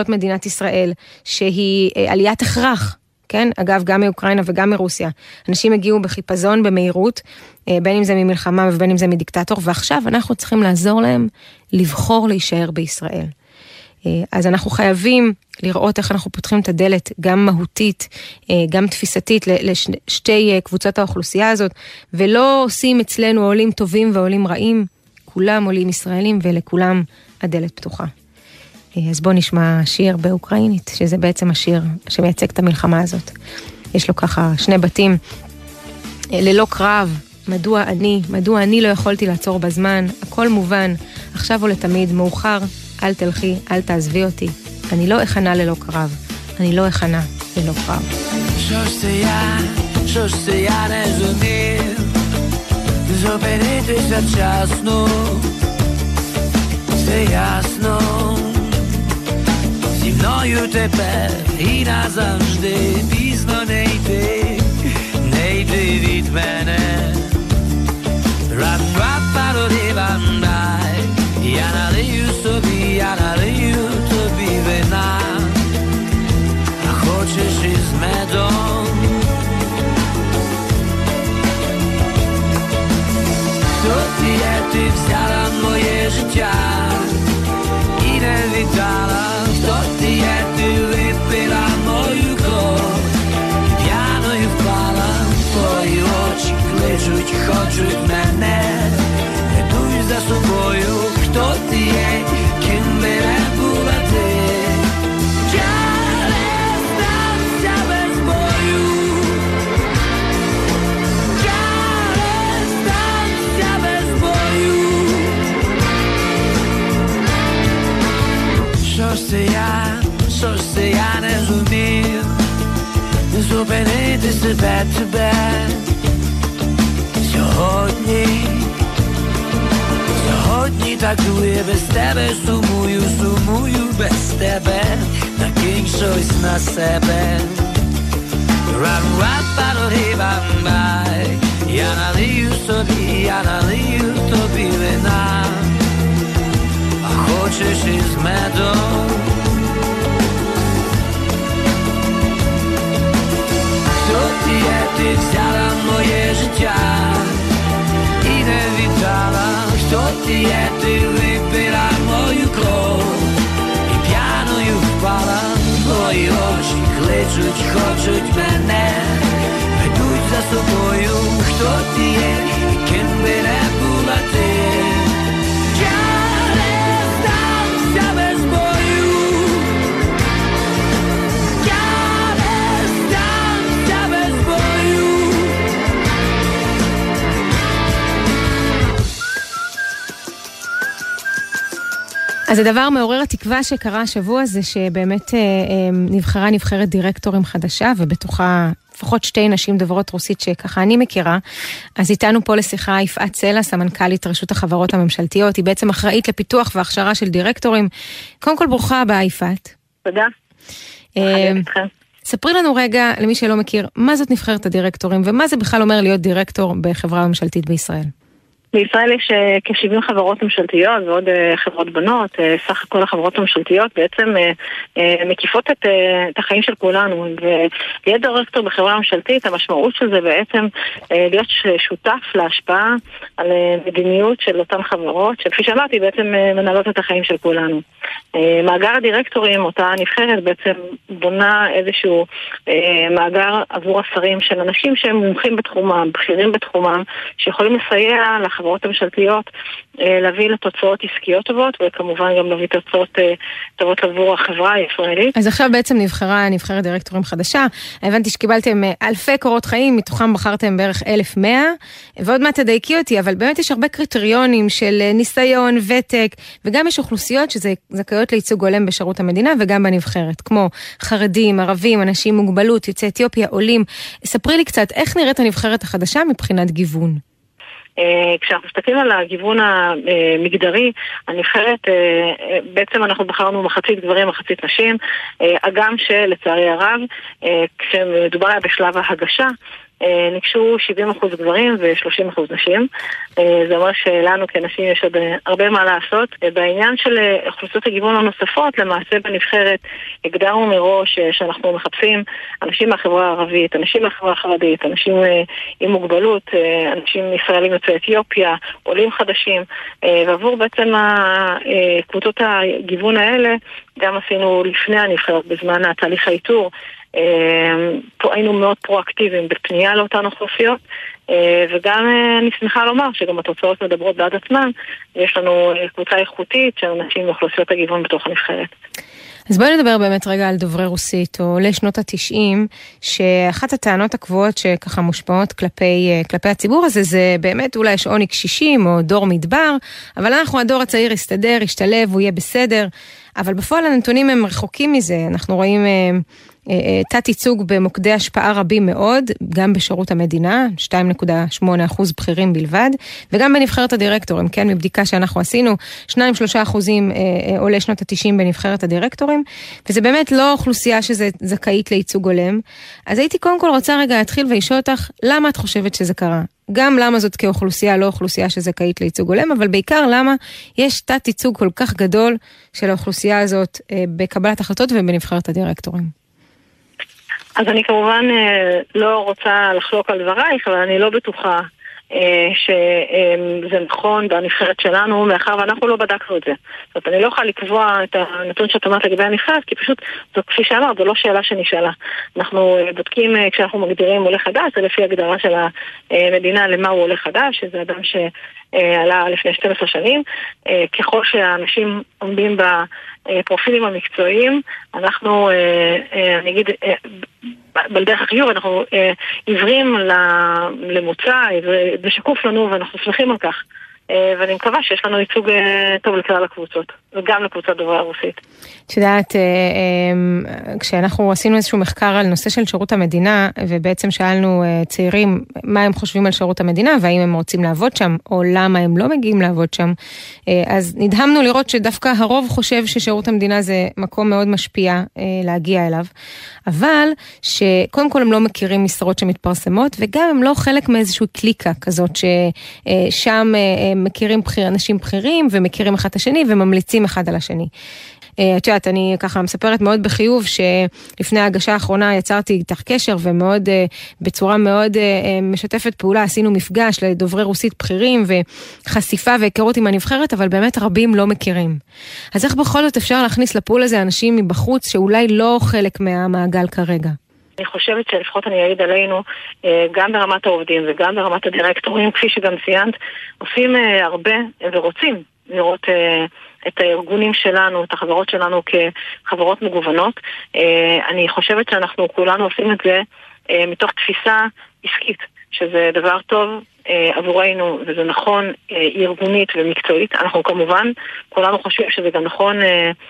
[SPEAKER 3] ישראל, שהיא עליית הכרח, כן? אגב, גם מאוקראינה וגם מרוסיה. אנשים הגיעו בחיפזון, במהירות, בין אם זה ממלחמה ובין אם זה מדיקטטור, ועכשיו אנחנו צריכים לעזור להם לבחור להישאר בישראל. אז אנחנו חייבים לראות איך אנחנו פותחים את הדלת, גם מהותית, גם תפיסתית, לשתי קבוצות האוכלוסייה הזאת, ולא עושים אצלנו עולים טובים ועולים רעים, כולם עולים ישראלים ולכולם הדלת פתוחה. אז בוא נשמע שיר באוקראינית, שזה בעצם השיר שמייצג את המלחמה הזאת. יש לו ככה שני בתים, ללא קרב, מדוע אני, מדוע אני לא יכולתי לעצור בזמן, הכל מובן, עכשיו או לתמיד, מאוחר, אל תלכי, אל תעזבי אותי, אני לא אכנה ללא קרב, אני לא אכנה ללא קרב.
[SPEAKER 7] Шостя, шостя не зумів, зупинитися вчасно, все ясно. Зі мною тепер і назавжди пізно не йти, не йти від мене. Рап-рап-пару-ди-бам-дай, я налию собі, я налию тобі вина, а хочеш із медом. Хто ти є, ти взяла моє життя і не віддала. Хто ти є, ти випила мою кров, п'яною впала, твої очі кличуть, хочуть мене, ведуй за собою. Хто ти є, ким би не була ти, я не здамся без бою, я не здамся без бою. Що ж це я, що ж це я не зумів зупинити себе, тебе сьогодні. Сьогодні так дує без тебе, сумую, сумую без тебе, накинь щось на себе. Рам-рап-пару-ди-бам-бай, я налию собі, я налию тобі вина, а хочеш із медом. Хто ти є, ти взяла моє життя і не віддала. Хто ти є, ти випила мою кров і п'яною впала, твої очі кличуть, хочуть мене, ведуть за собою. Хто ти є, і ким би не була ти, я не здамся без бою, я не здамся без бою.
[SPEAKER 3] אז הדבר מעורר התקווה שקרה השבוע זה שבאמת אה, אה, נבחרה נבחרת דירקטורים חדשה, ובתוכה לפחות שתי נשים דוברות רוסית שככה אני מכירה. אז איתנו פה לשיחה יפעת סלע, סמנכ"לית רשות החברות הממשלתיות, היא בעצם אחראית לפיתוח והכשרה של דירקטורים. קודם כל ברוכה הבאה יפעת.
[SPEAKER 6] תודה.
[SPEAKER 3] אה, ספרי לנו רגע, למי שלא מכיר, מה זאת נבחרת הדירקטורים, ומה זה בכלל אומר להיות דירקטור בחברה ממשלתית בישראל?
[SPEAKER 6] בישראל יש כ-שבעים חברות ממשלתיות ועוד חברות בנות, סך הכל החברות הממשלתיות בעצם מקיפות את, את החיים של כולנו, ולהיות דירקטור בחברה ממשלתית, המשמעות של זה בעצם להיות שותף להשפעה על מדיניות של אותן חברות, שכפי שאמרתי בעצם מנהלות את החיים של כולנו. מאגר הדירקטורים, אותה נבחרת בעצם בונה איזשהו מאגר עבור השרים של אנשים שהם מומחים בתחומם, בכירים בתחומם, שיכולים לסייע לחברות הממשלתיות להביא לתוצאות עסקיות טובות, וכמובן גם להביא תוצאות טובות עבור החברה הישראלית.
[SPEAKER 3] אז עכשיו בעצם נבחרה, נבחרת דירקטורים חדשה. הבנתי שקיבלתם אלפי קורות חיים, מתוכם בחרתם בערך אלף מאה, ועוד מעט תדייקי אותי, אבל באמת יש הרבה קריטריונים של ניסיון, ותק, וגם יש אוכלוסיות שזה זכאיות לייצוג הולם בשירות המדינה, וגם בנבחרת, כמו חרדים, ערבים, אנשים מוגבלות, יוצאי אתיופיה, עולים. ספרי לי קצת, איך נראית הנבחרת החדשה מבחינת גיוון?
[SPEAKER 6] כשאנחנו מסתכלים על הגיוון המגדרי, הנבחרת, בעצם אנחנו בחרנו מחצית גברים, מחצית נשים, אגם שלצערי הרב, כשמדובר היה בשלב ההגשה, ניגשו שבעים אחוז גברים ו-שלושים אחוז נשים. זה אומר שלנו כנשים יש עוד הרבה מה לעשות. בעניין של אוכלוסיות הגיוון הנוספות, למעשה בנבחרת הגדרנו מראש שאנחנו מחפשים אנשים מהחברה הערבית, אנשים מהחברה החרדית, אנשים עם מוגבלות, אנשים ישראלים יוצאי אתיופיה, עולים חדשים, ועבור בעצם הקבוצות הגיוון האלה גם עשינו לפני הנבחרת בזמן התהליך האיתור, פה היינו מאוד פרואקטיביים בפנייה לאותן אוכלוסיות, וגם אני שמחה לומר שגם התוצאות מדברות בעד עצמן, יש לנו קבוצה איכותית של אנשים מאוכלוסיות הגיוון בתוך הנבחרת.
[SPEAKER 3] אז בואי נדבר באמת רגע על דוברי רוסית, או לשנות התשעים, שאחת הטענות הקבועות שככה מושפעות כלפי, כלפי הציבור הזה, זה באמת אולי יש עוני קשישים, או דור מדבר, אבל אנחנו, הדור הצעיר יסתדר, ישתלב, הוא יהיה בסדר, אבל בפועל הנתונים הם רחוקים מזה, אנחנו רואים תת ייצוג במוקדי השפעה רבים מאוד, גם בשירות המדינה, שתיים נקודה שמונה אחוז בכירים בלבד, וגם בנבחרת הדירקטורים, כן, מבדיקה שאנחנו עשינו, שניים שלושה אחוזים עולה שנות התשעים בנבחרת הדירקטורים, וזה באמת לא אוכלוסייה שזה זכאית לייצוג הולם. אז הייתי קודם כל רוצה רגע להתחיל ולשאול אותך, למה את חושבת שזה קרה? גם למה זאת כאוכלוסייה, לא אוכלוסייה שזכאית לייצוג הולם, אבל בעיקר למה יש תת ייצוג כל כך גדול של האוכלוסייה הזאת בקבלת החלטות ובנבחרת הדירקטורים.
[SPEAKER 6] אז אני כמובן לא רוצה לחלוק על דברייך, אבל אני לא בטוחה שזה נכון בנבחרת שלנו, מאחר ואנחנו לא בדקנו את זה. זאת אומרת, אני לא יכולה לקבוע את הנתון שאת אומרת לגבי הנבחרת, כי פשוט, זו כפי שאמרת, זו לא שאלה שנשאלה. אנחנו בודקים כשאנחנו מגדירים עולה חדש, זה לפי הגדרה של המדינה למה הוא עולה חדש, שזה אדם שעלה לפני שתים עשרה שנים. ככל שהאנשים עומדים בפרופילים המקצועיים, אנחנו, אני אגיד, בדרך החיוב, אנחנו עיוורים למוצא, זה שקוף לנו ואנחנו שמחים על כך. ואני מקווה שיש לנו ייצוג טוב לכלל הקבוצות, וגם לקבוצת דוברי הרוסית.
[SPEAKER 3] את יודעת, כשאנחנו עשינו איזשהו מחקר על נושא של שירות המדינה, ובעצם שאלנו צעירים מה הם חושבים על שירות המדינה, והאם הם רוצים לעבוד שם, או למה הם לא מגיעים לעבוד שם, אז נדהמנו לראות שדווקא הרוב חושב ששירות המדינה זה מקום מאוד משפיע להגיע אליו, אבל שקודם כל הם לא מכירים משרות שמתפרסמות, וגם הם לא חלק מאיזשהו קליקה כזאת, ששם מכירים בחיר, אנשים בכירים, ומכירים אחד את השני, וממליצים אחד על השני. את יודעת, אני ככה מספרת מאוד בחיוב, שלפני ההגשה האחרונה יצרתי איתך קשר, ומאוד, בצורה מאוד משתפת פעולה, עשינו מפגש לדוברי רוסית בכירים, וחשיפה והיכרות עם הנבחרת, אבל באמת רבים לא מכירים. אז איך בכל זאת אפשר להכניס לפול הזה אנשים מבחוץ, שאולי לא חלק מהמעגל כרגע?
[SPEAKER 6] אני חושבת שלפחות אני אעיד עלינו, גם ברמת העובדים וגם ברמת הדירקטורים, כפי שגם ציינת, עושים הרבה ורוצים לראות את הארגונים שלנו, את החברות שלנו כחברות מגוונות. אני חושבת שאנחנו כולנו עושים את זה מתוך תפיסה עסקית, שזה דבר טוב עבורנו, וזה נכון ארגונית ומקצועית. אנחנו כמובן, כולנו חושבים שזה גם נכון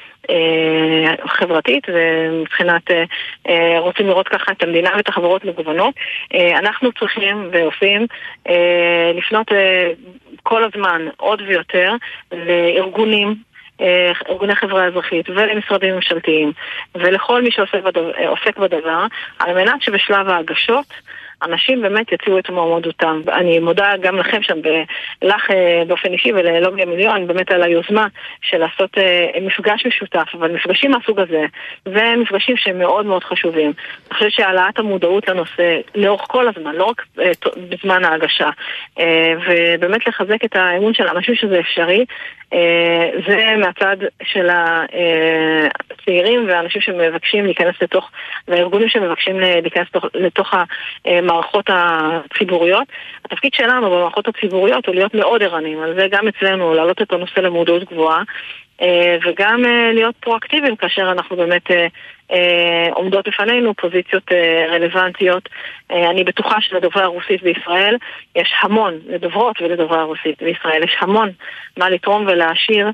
[SPEAKER 6] חברתית, ומבחינת רוצים לראות ככה את המדינה ואת החברות מגוונות. אנחנו צריכים ועושים לפנות כל הזמן עוד ויותר לארגונים, ארגוני חברה אזרחית ולמשרדים ממשלתיים ולכל מי שעוסק בדבר, על מנת שבשלב ההגשות אנשים באמת יציעו את מועמדותם. אני מודה גם לכם שם, לך באופן אישי וללוגיה מיליון, באמת על היוזמה של לעשות מפגש משותף, אבל מפגשים מהסוג הזה, ומפגשים שהם מאוד מאוד חשובים. אני חושבת שהעלאת המודעות לנושא לאורך כל הזמן, לא רק בזמן ההגשה, ובאמת לחזק את האמון של אנשים שזה אפשרי, זה מהצד של הצעירים והאנשים שמבקשים להיכנס לתוך, והארגונים שמבקשים להיכנס לתוך המערכות הציבוריות. התפקיד שלנו במערכות הציבוריות הוא להיות מאוד ערניים, על זה גם אצלנו, להעלות את הנושא למודעות גבוהה, וגם להיות פרואקטיביים כאשר אנחנו באמת עומדות בפנינו פוזיציות רלוונטיות. אני בטוחה שלדוברי הרוסית בישראל יש המון, לדוברות ולדוברי הרוסית בישראל יש המון מה לתרום ולהשאיר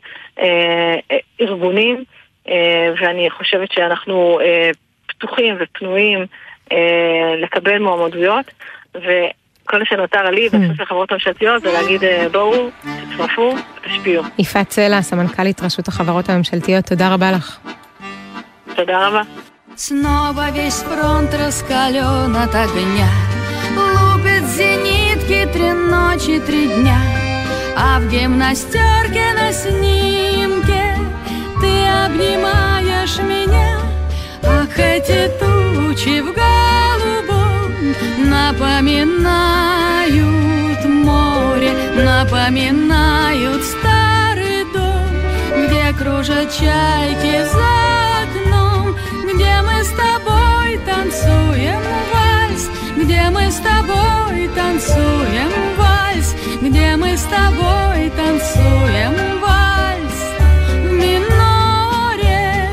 [SPEAKER 6] ארגונים, ואני חושבת שאנחנו פתוחים ופנויים לקבל מועמדויות, וכל שנותר לי בסוף לחברות הממשלתיות זה להגיד בואו, תצטרפו, תשפיעו.
[SPEAKER 3] יפעת סלע, סמנכ"לית רשות החברות הממשלתיות, תודה רבה לך.
[SPEAKER 6] תודה רבה.
[SPEAKER 8] Снова весь фронт раскален от огня, Лупит зенитки три ночи, три дня, а в гимнастерке на снимке ты обнимаешь меня. Ах, эти тучи в голубом напоминают море, напоминают старый дом, где кружат чайки за окном, где мы с тобой танцуем вальс, где мы с тобой танцуем вальс, где мы с тобой танцуем вальс в миноре.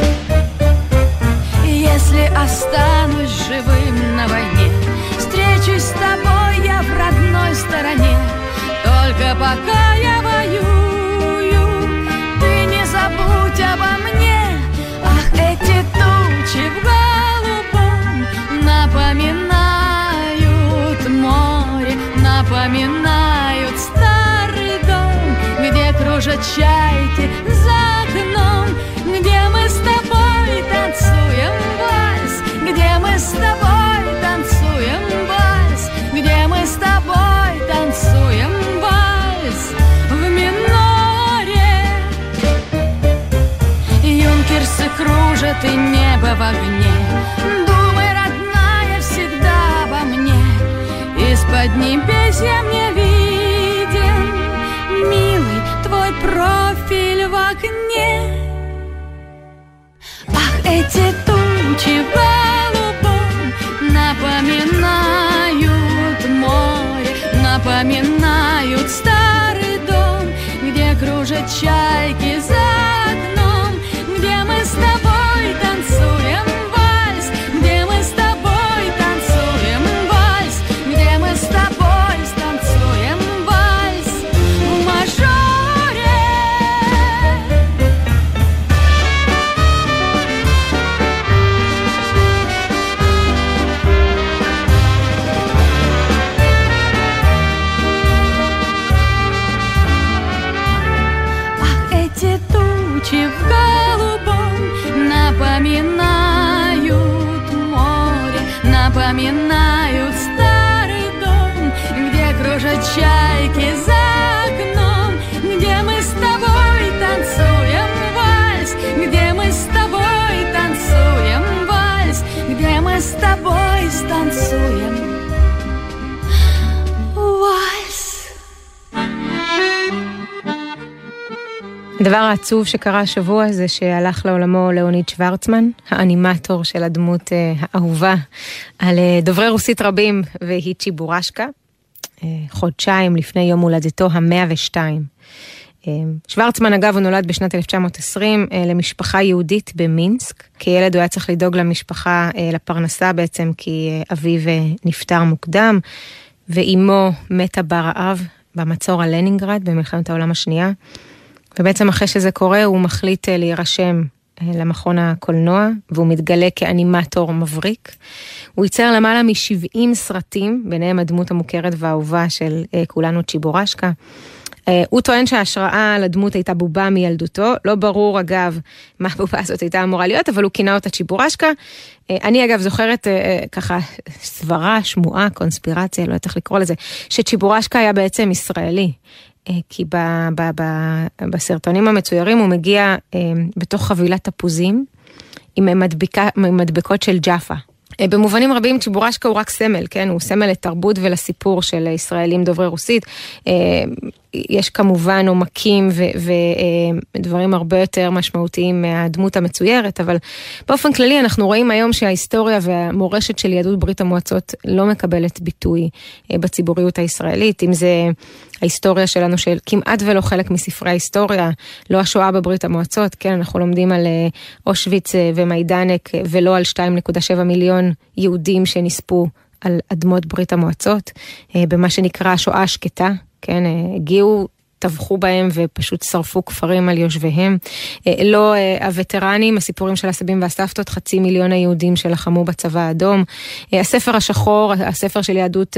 [SPEAKER 8] Если останусь живым на войне, встречусь с тобой я в родной стороне. Только пока я воюю, ты не забудь обо мне. Ах, эти тучи в голубом напоминают море, напоминают старый дом, где кружат чайки за окном, где мы с тобой танцуем вальс, где мы с тобой танцуем вальс, где мы с тобой танцуем вальс в миноре. Юнкерсы кружат и небо в огне, думай, родная, всегда обо мне. Из-под небес я мне виден, милый, твой профиль в окне. Ах, эти тучи в голубом напоминают море, напоминают старый дом, где кружат чайки за окном, где мы с тобой танцуем вальс, где мы с тобой танцуем вальс, где мы с тобой станцуем вальс в мажоре. Ах, эти тучи в голубом напоминают море, напоминают старый дом, где кружат чайки за окном, где мы с тобой танцуем вальс, где мы с тобой танцуем вальс, где мы с тобой станцуем וואלס.
[SPEAKER 3] הדבר העצוב שקרה השבוע זה שהלך לעולמו ליאוניד שוורצמן, האנימטור של הדמות האהובה על דוברי רוסית רבים והיא צ'יבורשקה, חודשיים לפני יום הולדתו ה-מאה ושתיים. שוורצמן אגב הוא נולד בשנת אלף תשע מאות עשרים למשפחה יהודית במינסק. כילד הוא היה צריך לדאוג למשפחה, לפרנסה בעצם, כי אביו נפטר מוקדם ואימו מתה ברעב במצור על לנינגרד במלחמת העולם השנייה. ובעצם אחרי שזה קורה הוא מחליט להירשם למכון הקולנוע, והוא מתגלה כאנימטור מבריק. הוא ייצר למעלה מ-שבעים סרטים, ביניהם הדמות המוכרת והאהובה של כולנו צ'יבורשקה. הוא טוען שההשראה לדמות הייתה בובה מילדותו, לא ברור אגב מה הבובה הזאת הייתה אמורה להיות, אבל הוא כינה אותה צ'יבורשקה. אני אגב זוכרת ככה סברה, שמועה, קונספירציה, לא יודעת איך לקרוא לזה, שצ'יבורשקה היה בעצם ישראלי. כי ב, ב, ב, בסרטונים המצוירים הוא מגיע בתוך חבילת תפוזים עם מדבקה, מדבקות של ג'אפה. במובנים רבים צ'יבורשקה הוא רק סמל, כן? הוא סמל לתרבות ולסיפור של ישראלים דוברי רוסית. יש כמובן עומקים ודברים הרבה יותר משמעותיים מהדמות המצוירת, אבל באופן כללי אנחנו רואים היום שההיסטוריה והמורשת של יהדות ברית המועצות לא מקבלת ביטוי בציבוריות הישראלית, אם זה ההיסטוריה שלנו של כמעט ולא חלק מספרי ההיסטוריה, לא השואה בברית המועצות, כן, אנחנו לומדים על אושוויץ ומיידנק ולא על שתיים נקודה שבע מיליון יהודים שנספו על אדמות ברית המועצות, במה שנקרא השואה השקטה, כן, הגיעו, טבחו בהם ופשוט שרפו כפרים על יושביהם. לא הווטרנים, הסיפורים של הסבים והסבתות, חצי מיליון היהודים שלחמו בצבא האדום. הספר השחור, הספר של יהדות,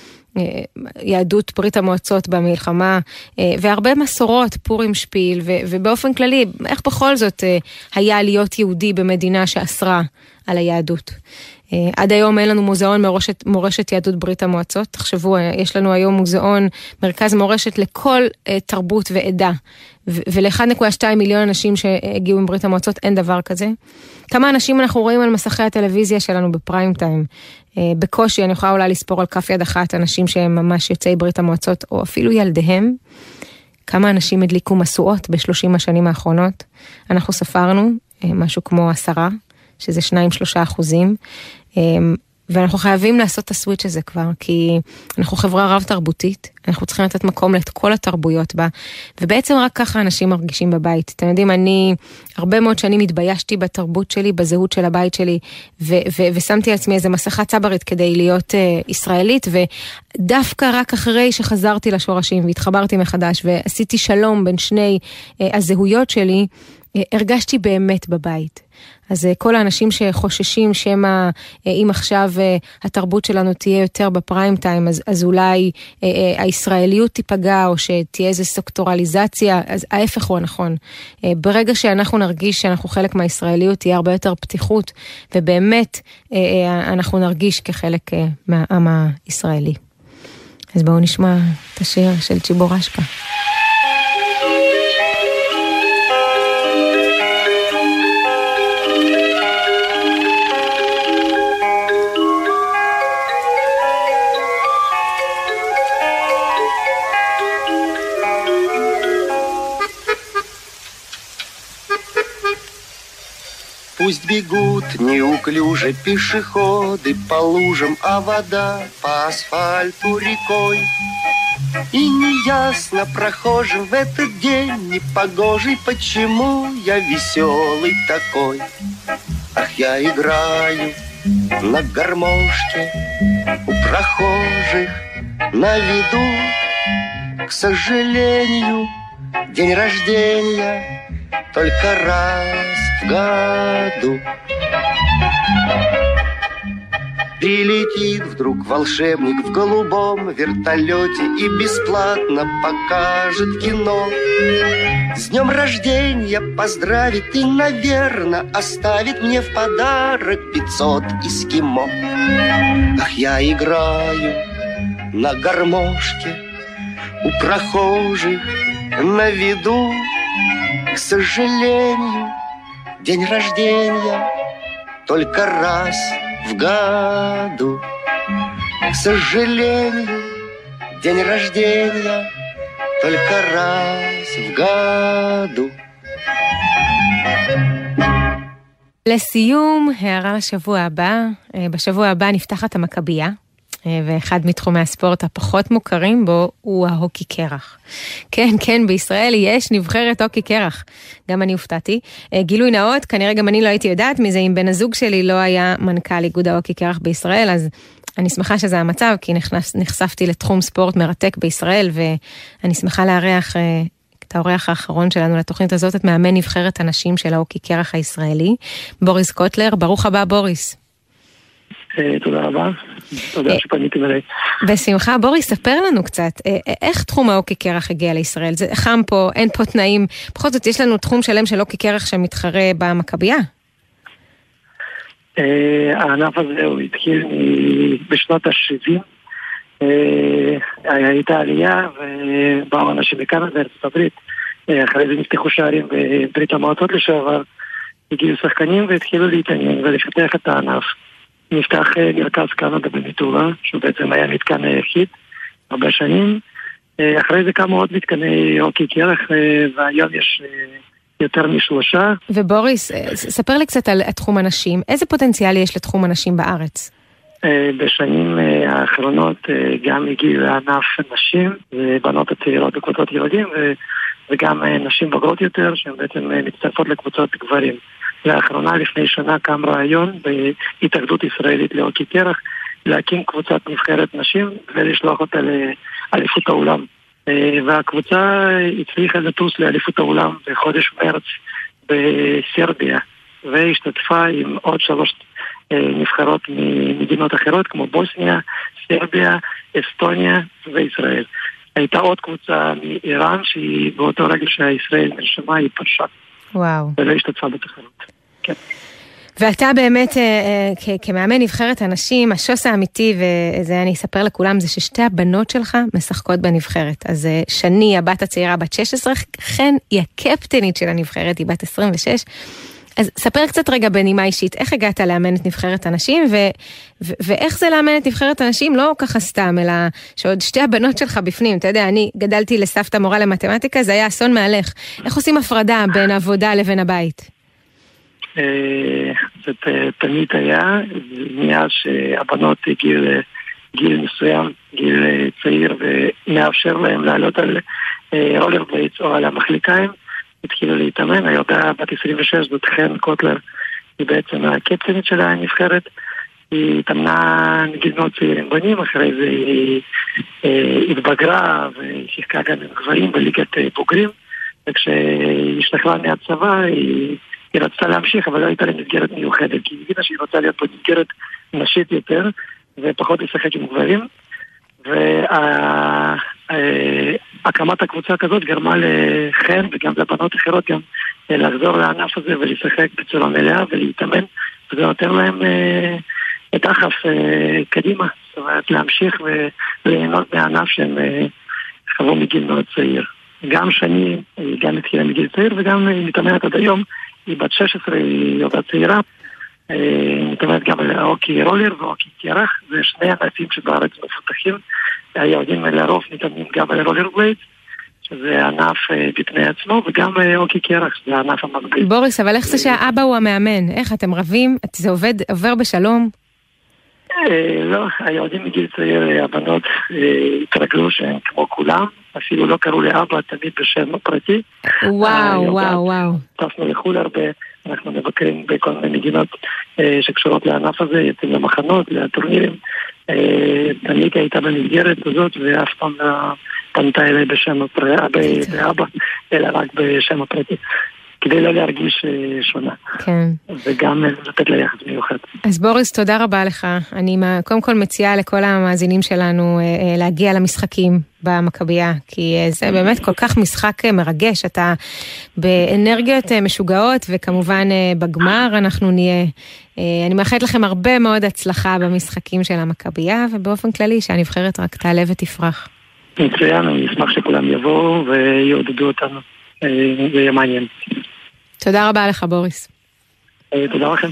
[SPEAKER 3] יהדות ברית המועצות במלחמה, והרבה מסורות, פורים שפיל, ובאופן כללי, איך בכל זאת היה להיות יהודי במדינה שאסרה על היהדות. עד היום אין לנו מוזיאון מורשת, מורשת יהדות ברית המועצות. תחשבו, יש לנו היום מוזיאון, מרכז מורשת לכל תרבות ועדה. ול-אחד נקודה שתיים מיליון אנשים שהגיעו עם ברית המועצות, אין דבר כזה. כמה אנשים אנחנו רואים על מסכי הטלוויזיה שלנו בפריים טיים. בקושי, אני יכולה אולי לספור על כף יד אחת, אנשים שהם ממש יוצאי ברית המועצות, או אפילו ילדיהם. כמה אנשים הדליקו מסועות בשלושים השנים האחרונות. אנחנו ספרנו משהו כמו עשרה, שזה שניים שלושה אחוזים. ואנחנו חייבים לעשות את הסוויץ' הזה כבר, כי אנחנו חברה רב תרבותית, אנחנו צריכים לתת מקום לכל התרבויות בה, ובעצם רק ככה אנשים מרגישים בבית. אתם יודעים, אני הרבה מאוד שנים התביישתי בתרבות שלי, בזהות של הבית שלי, ו- ו- ושמתי לעצמי איזה מסכה צברית כדי להיות uh, ישראלית, ודווקא רק אחרי שחזרתי לשורשים והתחברתי מחדש, ועשיתי שלום בין שני uh, הזהויות שלי, uh, הרגשתי באמת בבית. אז כל האנשים שחוששים שמה, אם עכשיו התרבות שלנו תהיה יותר בפריים טיים, אז, אז אולי הישראליות תיפגע, או שתהיה איזו סקטורליזציה, אז ההפך הוא הנכון. ברגע שאנחנו נרגיש שאנחנו חלק מהישראליות, תהיה הרבה יותר פתיחות, ובאמת אנחנו נרגיש כחלק מהעם הישראלי. אז בואו נשמע את השיר של צ'יבורשקה.
[SPEAKER 9] Пусть бегут неуклюже пешеходы по лужам, а вода по асфальту рекой. И неясно прохожим в этот день непогожий, почему я веселый такой. Ах, я играю на гармошке у прохожих на виду. К сожалению, день рождения только раз в году. Прилетит вдруг волшебник в голубом вертолете и бесплатно покажет кино. С днем рождения поздравит и, наверное, оставит мне в подарок пятьсот эскимо. Ах, я играю на гармошке у прохожих на виду. К сожалению, день рождения только раз в году. К сожалению, день рождения только раз в году.
[SPEAKER 3] לסיום, הערה לשבוע הבא. בשבוע הבא נפתחת המכבייה, ואחד מתחומי הספורט הפחות מוכרים בו הוא ההוקי קרח. כן, כן, בישראל יש נבחרת הוקי קרח. גם אני הופתעתי. גילוי נאות, כנראה גם אני לא הייתי יודעת מזה, אם בן הזוג שלי לא היה מנכ"ל איגוד ההוקי קרח בישראל, אז אני שמחה שזה המצב, כי נחשפתי לתחום ספורט מרתק בישראל, ואני שמחה לארח את האורח האחרון שלנו לתוכנית הזאת, את מאמן נבחרת הנשים של ההוקי קרח הישראלי, בוריס קוטלר. ברוך הבא, בוריס.
[SPEAKER 10] תודה רבה, תודה שפניתם אליי.
[SPEAKER 3] בשמחה. בוריס, ספר לנו קצת, איך תחום ההוקי קרח הגיע לישראל? זה חם פה, אין פה תנאים, בכל זאת יש לנו תחום שלם של הוקי קרח שמתחרה במכבייה.
[SPEAKER 10] הענף הזה הוא התחיל בשנות ה-שבעים, הייתה עלייה ובאו אנשים מכאן בארצות הברית, אחרי זה נפתחו שערים בברית המועצות לשעבר, הגיעו שחקנים והתחילו להתעניין ולפתח את הענף. נפתח מרכז קנדה במטולה, שהוא בעצם היה מתקן היחיד הרבה שנים. אחרי זה כמה עוד מתקני הוקי קרח, והיום יש יותר משלושה.
[SPEAKER 3] ובוריס, ספר לי קצת על תחום הנשים. איזה פוטנציאל יש לתחום הנשים בארץ?
[SPEAKER 10] בשנים האחרונות גם הגיעו לענף נשים, בנות הצעירות בקבוצות ילדים, וגם נשים בוגרות יותר, שהן בעצם מצטרפות לקבוצות גברים. לאחרונה, לפני שנה, קם רעיון בהתאחדות ישראלית להוקי קרח, להקים קבוצת נבחרת נשים ולשלוח אותה לאליפות העולם. והקבוצה הצליחה לטוס לאליפות העולם בחודש מרץ בסרביה, והשתתפה עם עוד שלוש נבחרות ממדינות אחרות, כמו בוסניה, סרביה, אסטוניה וישראל. הייתה עוד קבוצה מאיראן, שהיא באותו רגע שהישראל נרשמה, היא פרשה.
[SPEAKER 3] וואו.
[SPEAKER 10] ולא השתתפה בתחרות. כן.
[SPEAKER 3] ואתה באמת, כמאמן נבחרת הנשים, השוס האמיתי, וזה אני אספר לכולם, זה ששתי הבנות שלך משחקות בנבחרת. אז שני, הבת הצעירה, בת שש עשרה, חן היא הקפטנית של הנבחרת, היא בת עשרים ושש. אז ספר קצת רגע בנימה אישית, איך הגעת לאמן את נבחרת הנשים, ו- ו- ואיך זה לאמן את נבחרת הנשים, לא ככה סתם, אלא שעוד שתי הבנות שלך בפנים. אתה יודע, אני גדלתי לסבתא מורה למתמטיקה, זה היה אסון מהלך. איך עושים הפרדה בין עבודה לבין הבית?
[SPEAKER 10] זה תמיד היה, מאז שהבנות הגיעו לגיל מסוים, גיל צעיר, ומאפשר להם לעלות על רולר בליידס או על המחליקיים, התחילו להתאמן. הילדה בת עשרים ושש, זאת חן קוטלר, היא בעצם הקפטנית של הנבחרת. היא התאמנה נגיד מאוד צעירים בנים, אחרי זה היא התבגרה ושיחקה גם עם גברים בליגת בוגרים, וכשהיא השתחררה מהצבא היא היא רצתה להמשיך, אבל לא הייתה לה מסגרת מיוחדת, כי היא הבינה שהיא רוצה להיות במסגרת נשית יותר, ופחות לשחק עם גברים. והקמת הקבוצה כזאת גרמה לחן וגם לבנות אחרות גם לחזור לענף הזה ולשחק בצורה מלאה ולהתאמן, וזה נותן להם את דחף קדימה, זאת אומרת להמשיך וליהנות מהענף שהם חוו מגיל מאוד צעיר. גם שני, גם התחילה מגיל צעיר וגם מתאמנת עד היום, היא בת שש עשרה, היא אותה צעירה, מתאמנת גם על אוקי רולר ואוקי קרח, זה שני ענפים שבארץ מפותחים, היהודים לרוב מתאמנים גם על רולר בליידס, שזה ענף בפני עצמו, וגם אוקי קרח, שזה הענף המקביל.
[SPEAKER 3] בוריס, אבל איך זה שהאבא הוא המאמן? איך אתם רבים? זה עובד, עובר בשלום?
[SPEAKER 10] לא, היהודים מגיל צעיר, הבנות התרגלו שהם כמו כולם, אפילו לא קראו לאבא תמיד בשם פרטי.
[SPEAKER 3] וואו, וואו, וואו.
[SPEAKER 10] טסנו לחול הרבה, אנחנו מבקרים בכל מיני מדינות שקשורות לענף הזה, יוצאים למחנות, לטורנירים. תניקה הייתה במסגרת הזאת, ואף פעם פנתה אליי בשם באבא, אלא רק בשם הפרטי. כדי לא להרגיש שונה.
[SPEAKER 3] כן.
[SPEAKER 10] וגם לתת לה יחד מיוחד.
[SPEAKER 3] אז בוריס, תודה רבה לך. אני קודם כל מציעה לכל המאזינים שלנו להגיע למשחקים במכבייה, כי זה באמת כל כך משחק מרגש. אתה באנרגיות משוגעות, וכמובן בגמר אנחנו נהיה. אני מאחלת לכם הרבה מאוד הצלחה במשחקים של המכבייה, ובאופן כללי שהנבחרת רק תעלה ותפרח.
[SPEAKER 10] מצוין, אני אשמח שכולם יבואו ויעודדו אותנו. זה יהיה מעניין.
[SPEAKER 3] תודה רבה לך, בוריס.
[SPEAKER 10] תודה לכם.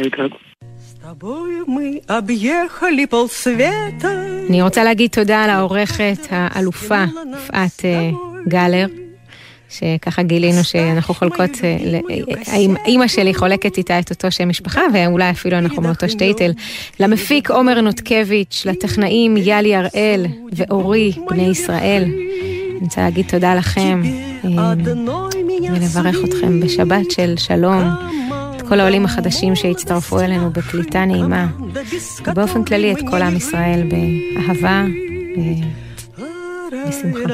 [SPEAKER 3] אני רוצה להגיד תודה לעורכת האלופה יפעת גלר, שככה גילינו שאנחנו חולקות, האמא שלי חולקת איתה את אותו שם משפחה, ואולי אפילו אנחנו מאותו שטייטל. למפיק עומר נותקביץ', לטכנאים יאלי הראל ואורי בני ישראל. אני רוצה להגיד תודה לכם ולברך אתכם בשבת של שלום, את כל העולים החדשים שהצטרפו אלינו בקליטה נעימה, ובאופן כללי את כל עם ישראל באהבה ובשמחה.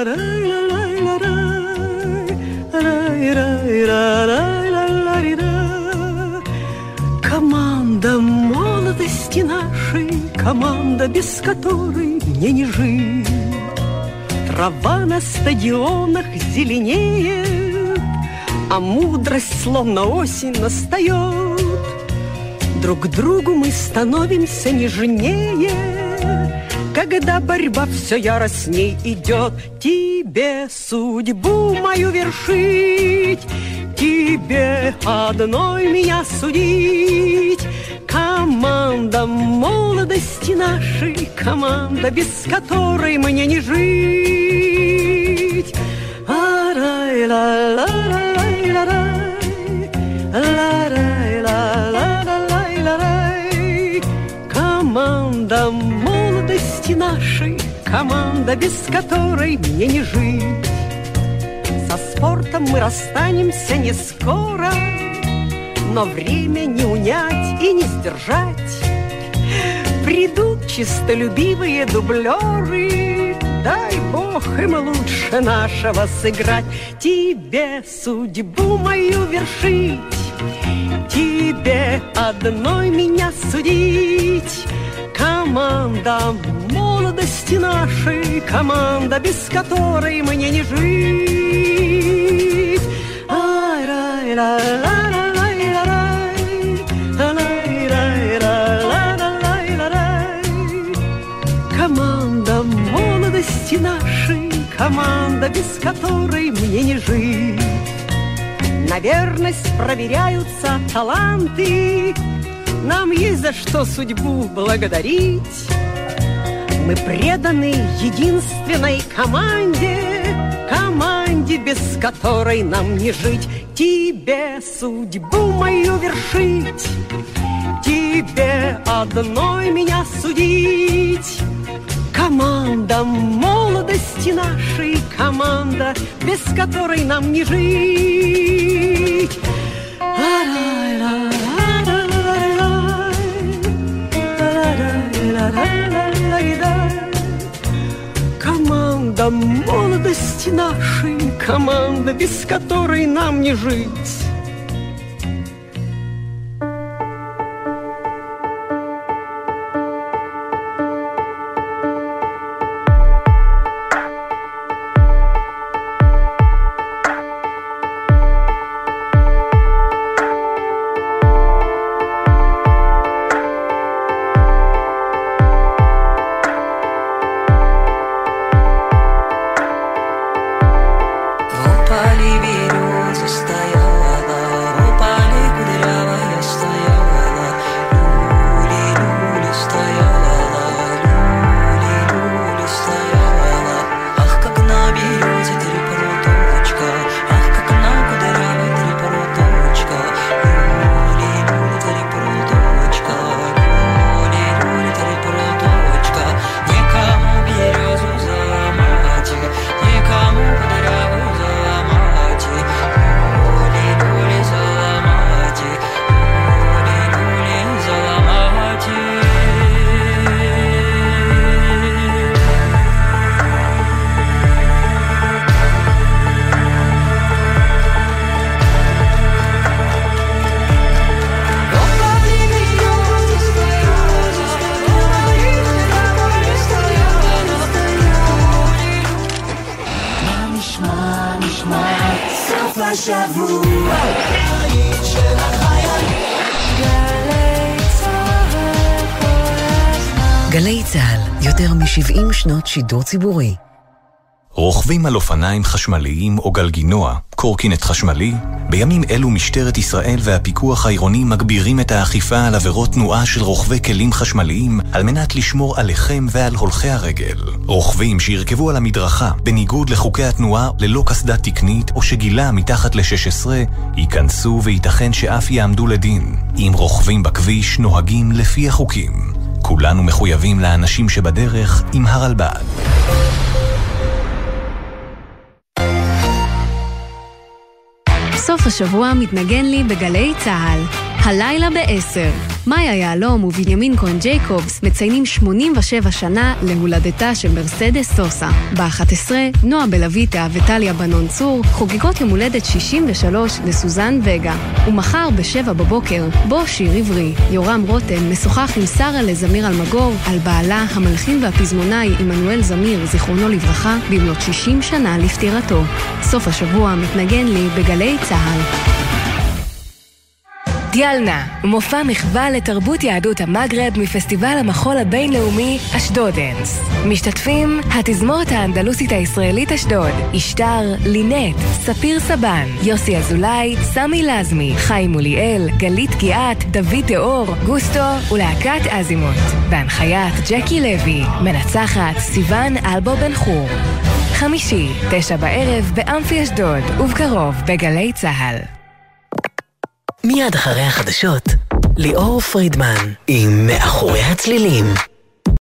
[SPEAKER 11] Команда молодости нашей, команда, без которой мне не жить. Трава на стадионах зеленеет, а мудрость словно осень настает. Друг к другу мы становимся нежнее, когда борьба все яростней идет. Тебе судьбу мою вершить, тебе одной меня судить. Команда молодости нашей, команда, без которой мне не жить. Команда молодости нашей, команда, без которой мне не жить. Со спортом мы расстанемся не скоро, но время не унять и не сдержать. Придут чистолюбивые дублеры, дай Бог им лучше нашего сыграть. Тебе судьбу мою вершить, тебе одной меня судить. Команда молодости нашей, команда, без которой мне не жить. Ай-рай-ла-ла-ла-лай-ла-рай, Команда молодости нашей, команда, без которой мне не жить. На верность проверяются таланты, нам есть за что судьбу благодарить. Мы преданы единственной команде, команде, без которой нам не жить. Тебе судьбу мою вершить, тебе одной меня судить. Команда молодости нашей, команда, без которой нам не жить. Команда молодости нашей, команда, без которой нам не жить.
[SPEAKER 12] גלי צהל, יותר מ-שבעים שנות שידור ציבורי.
[SPEAKER 13] רוכבים על אופניים חשמליים או גלגינוע, קורקינט חשמלי, בימים אלו משטרת ישראל והפיקוח העירוני מגבירים את האכיפה על עבירות תנועה של רוכבי כלים חשמליים על מנת לשמור עליכם ועל הולכי הרגל. רוכבים שירכבו על המדרכה בניגוד לחוקי התנועה ללא קסדה תקנית או שגילה מתחת ל-שש עשרה ייכנסו וייתכן שאף יעמדו לדין. אם רוכבים בכביש נוהגים לפי החוקים. כולנו מחויבים לאנשים שבדרך עם הרלב"ד.
[SPEAKER 14] סוף השבוע מתנגן לי בגלי צהל. הלילה בעשר. מאיה יעלום ובנימין כהן ג'ייקובס מציינים שמונים ושבע שנה להולדתה של מרסדס סוסה. ב-אחת עשרה, נועה בלויטה וטליה בנון צור חוגגות יום הולדת שישים ושלוש לסוזן וגה. ומחר בשבע בבוקר, בו שיר עברי. יורם רותם משוחח עם שרה לזמיר אלמגור על בעלה, המלחין והפזמונאי עמנואל זמיר, זיכרונו לברכה, במלאת שישים שנה לפטירתו. סוף השבוע מתנגן לי בגלי צהל.
[SPEAKER 15] דיאלנה, מופע מחווה לתרבות יהדות המגרב מפסטיבל המחול הבינלאומי אשדודנס. משתתפים התזמורת האנדלוסית הישראלית אשדוד, אשתר, לינט, ספיר סבן, יוסי אזולאי, סמי לזמי, חיים מוליאל, גלית גיאת, דוד תיאור, גוסטו ולהקת אזימות. בהנחיית ג'קי לוי, מנצחת סיוון אלבו בן חור. חמישי, תשע בערב באמפי אשדוד, ובקרוב בגלי צהל.
[SPEAKER 12] מיד אחרי החדשות, ליאור פרידמן עם מאחורי הצלילים.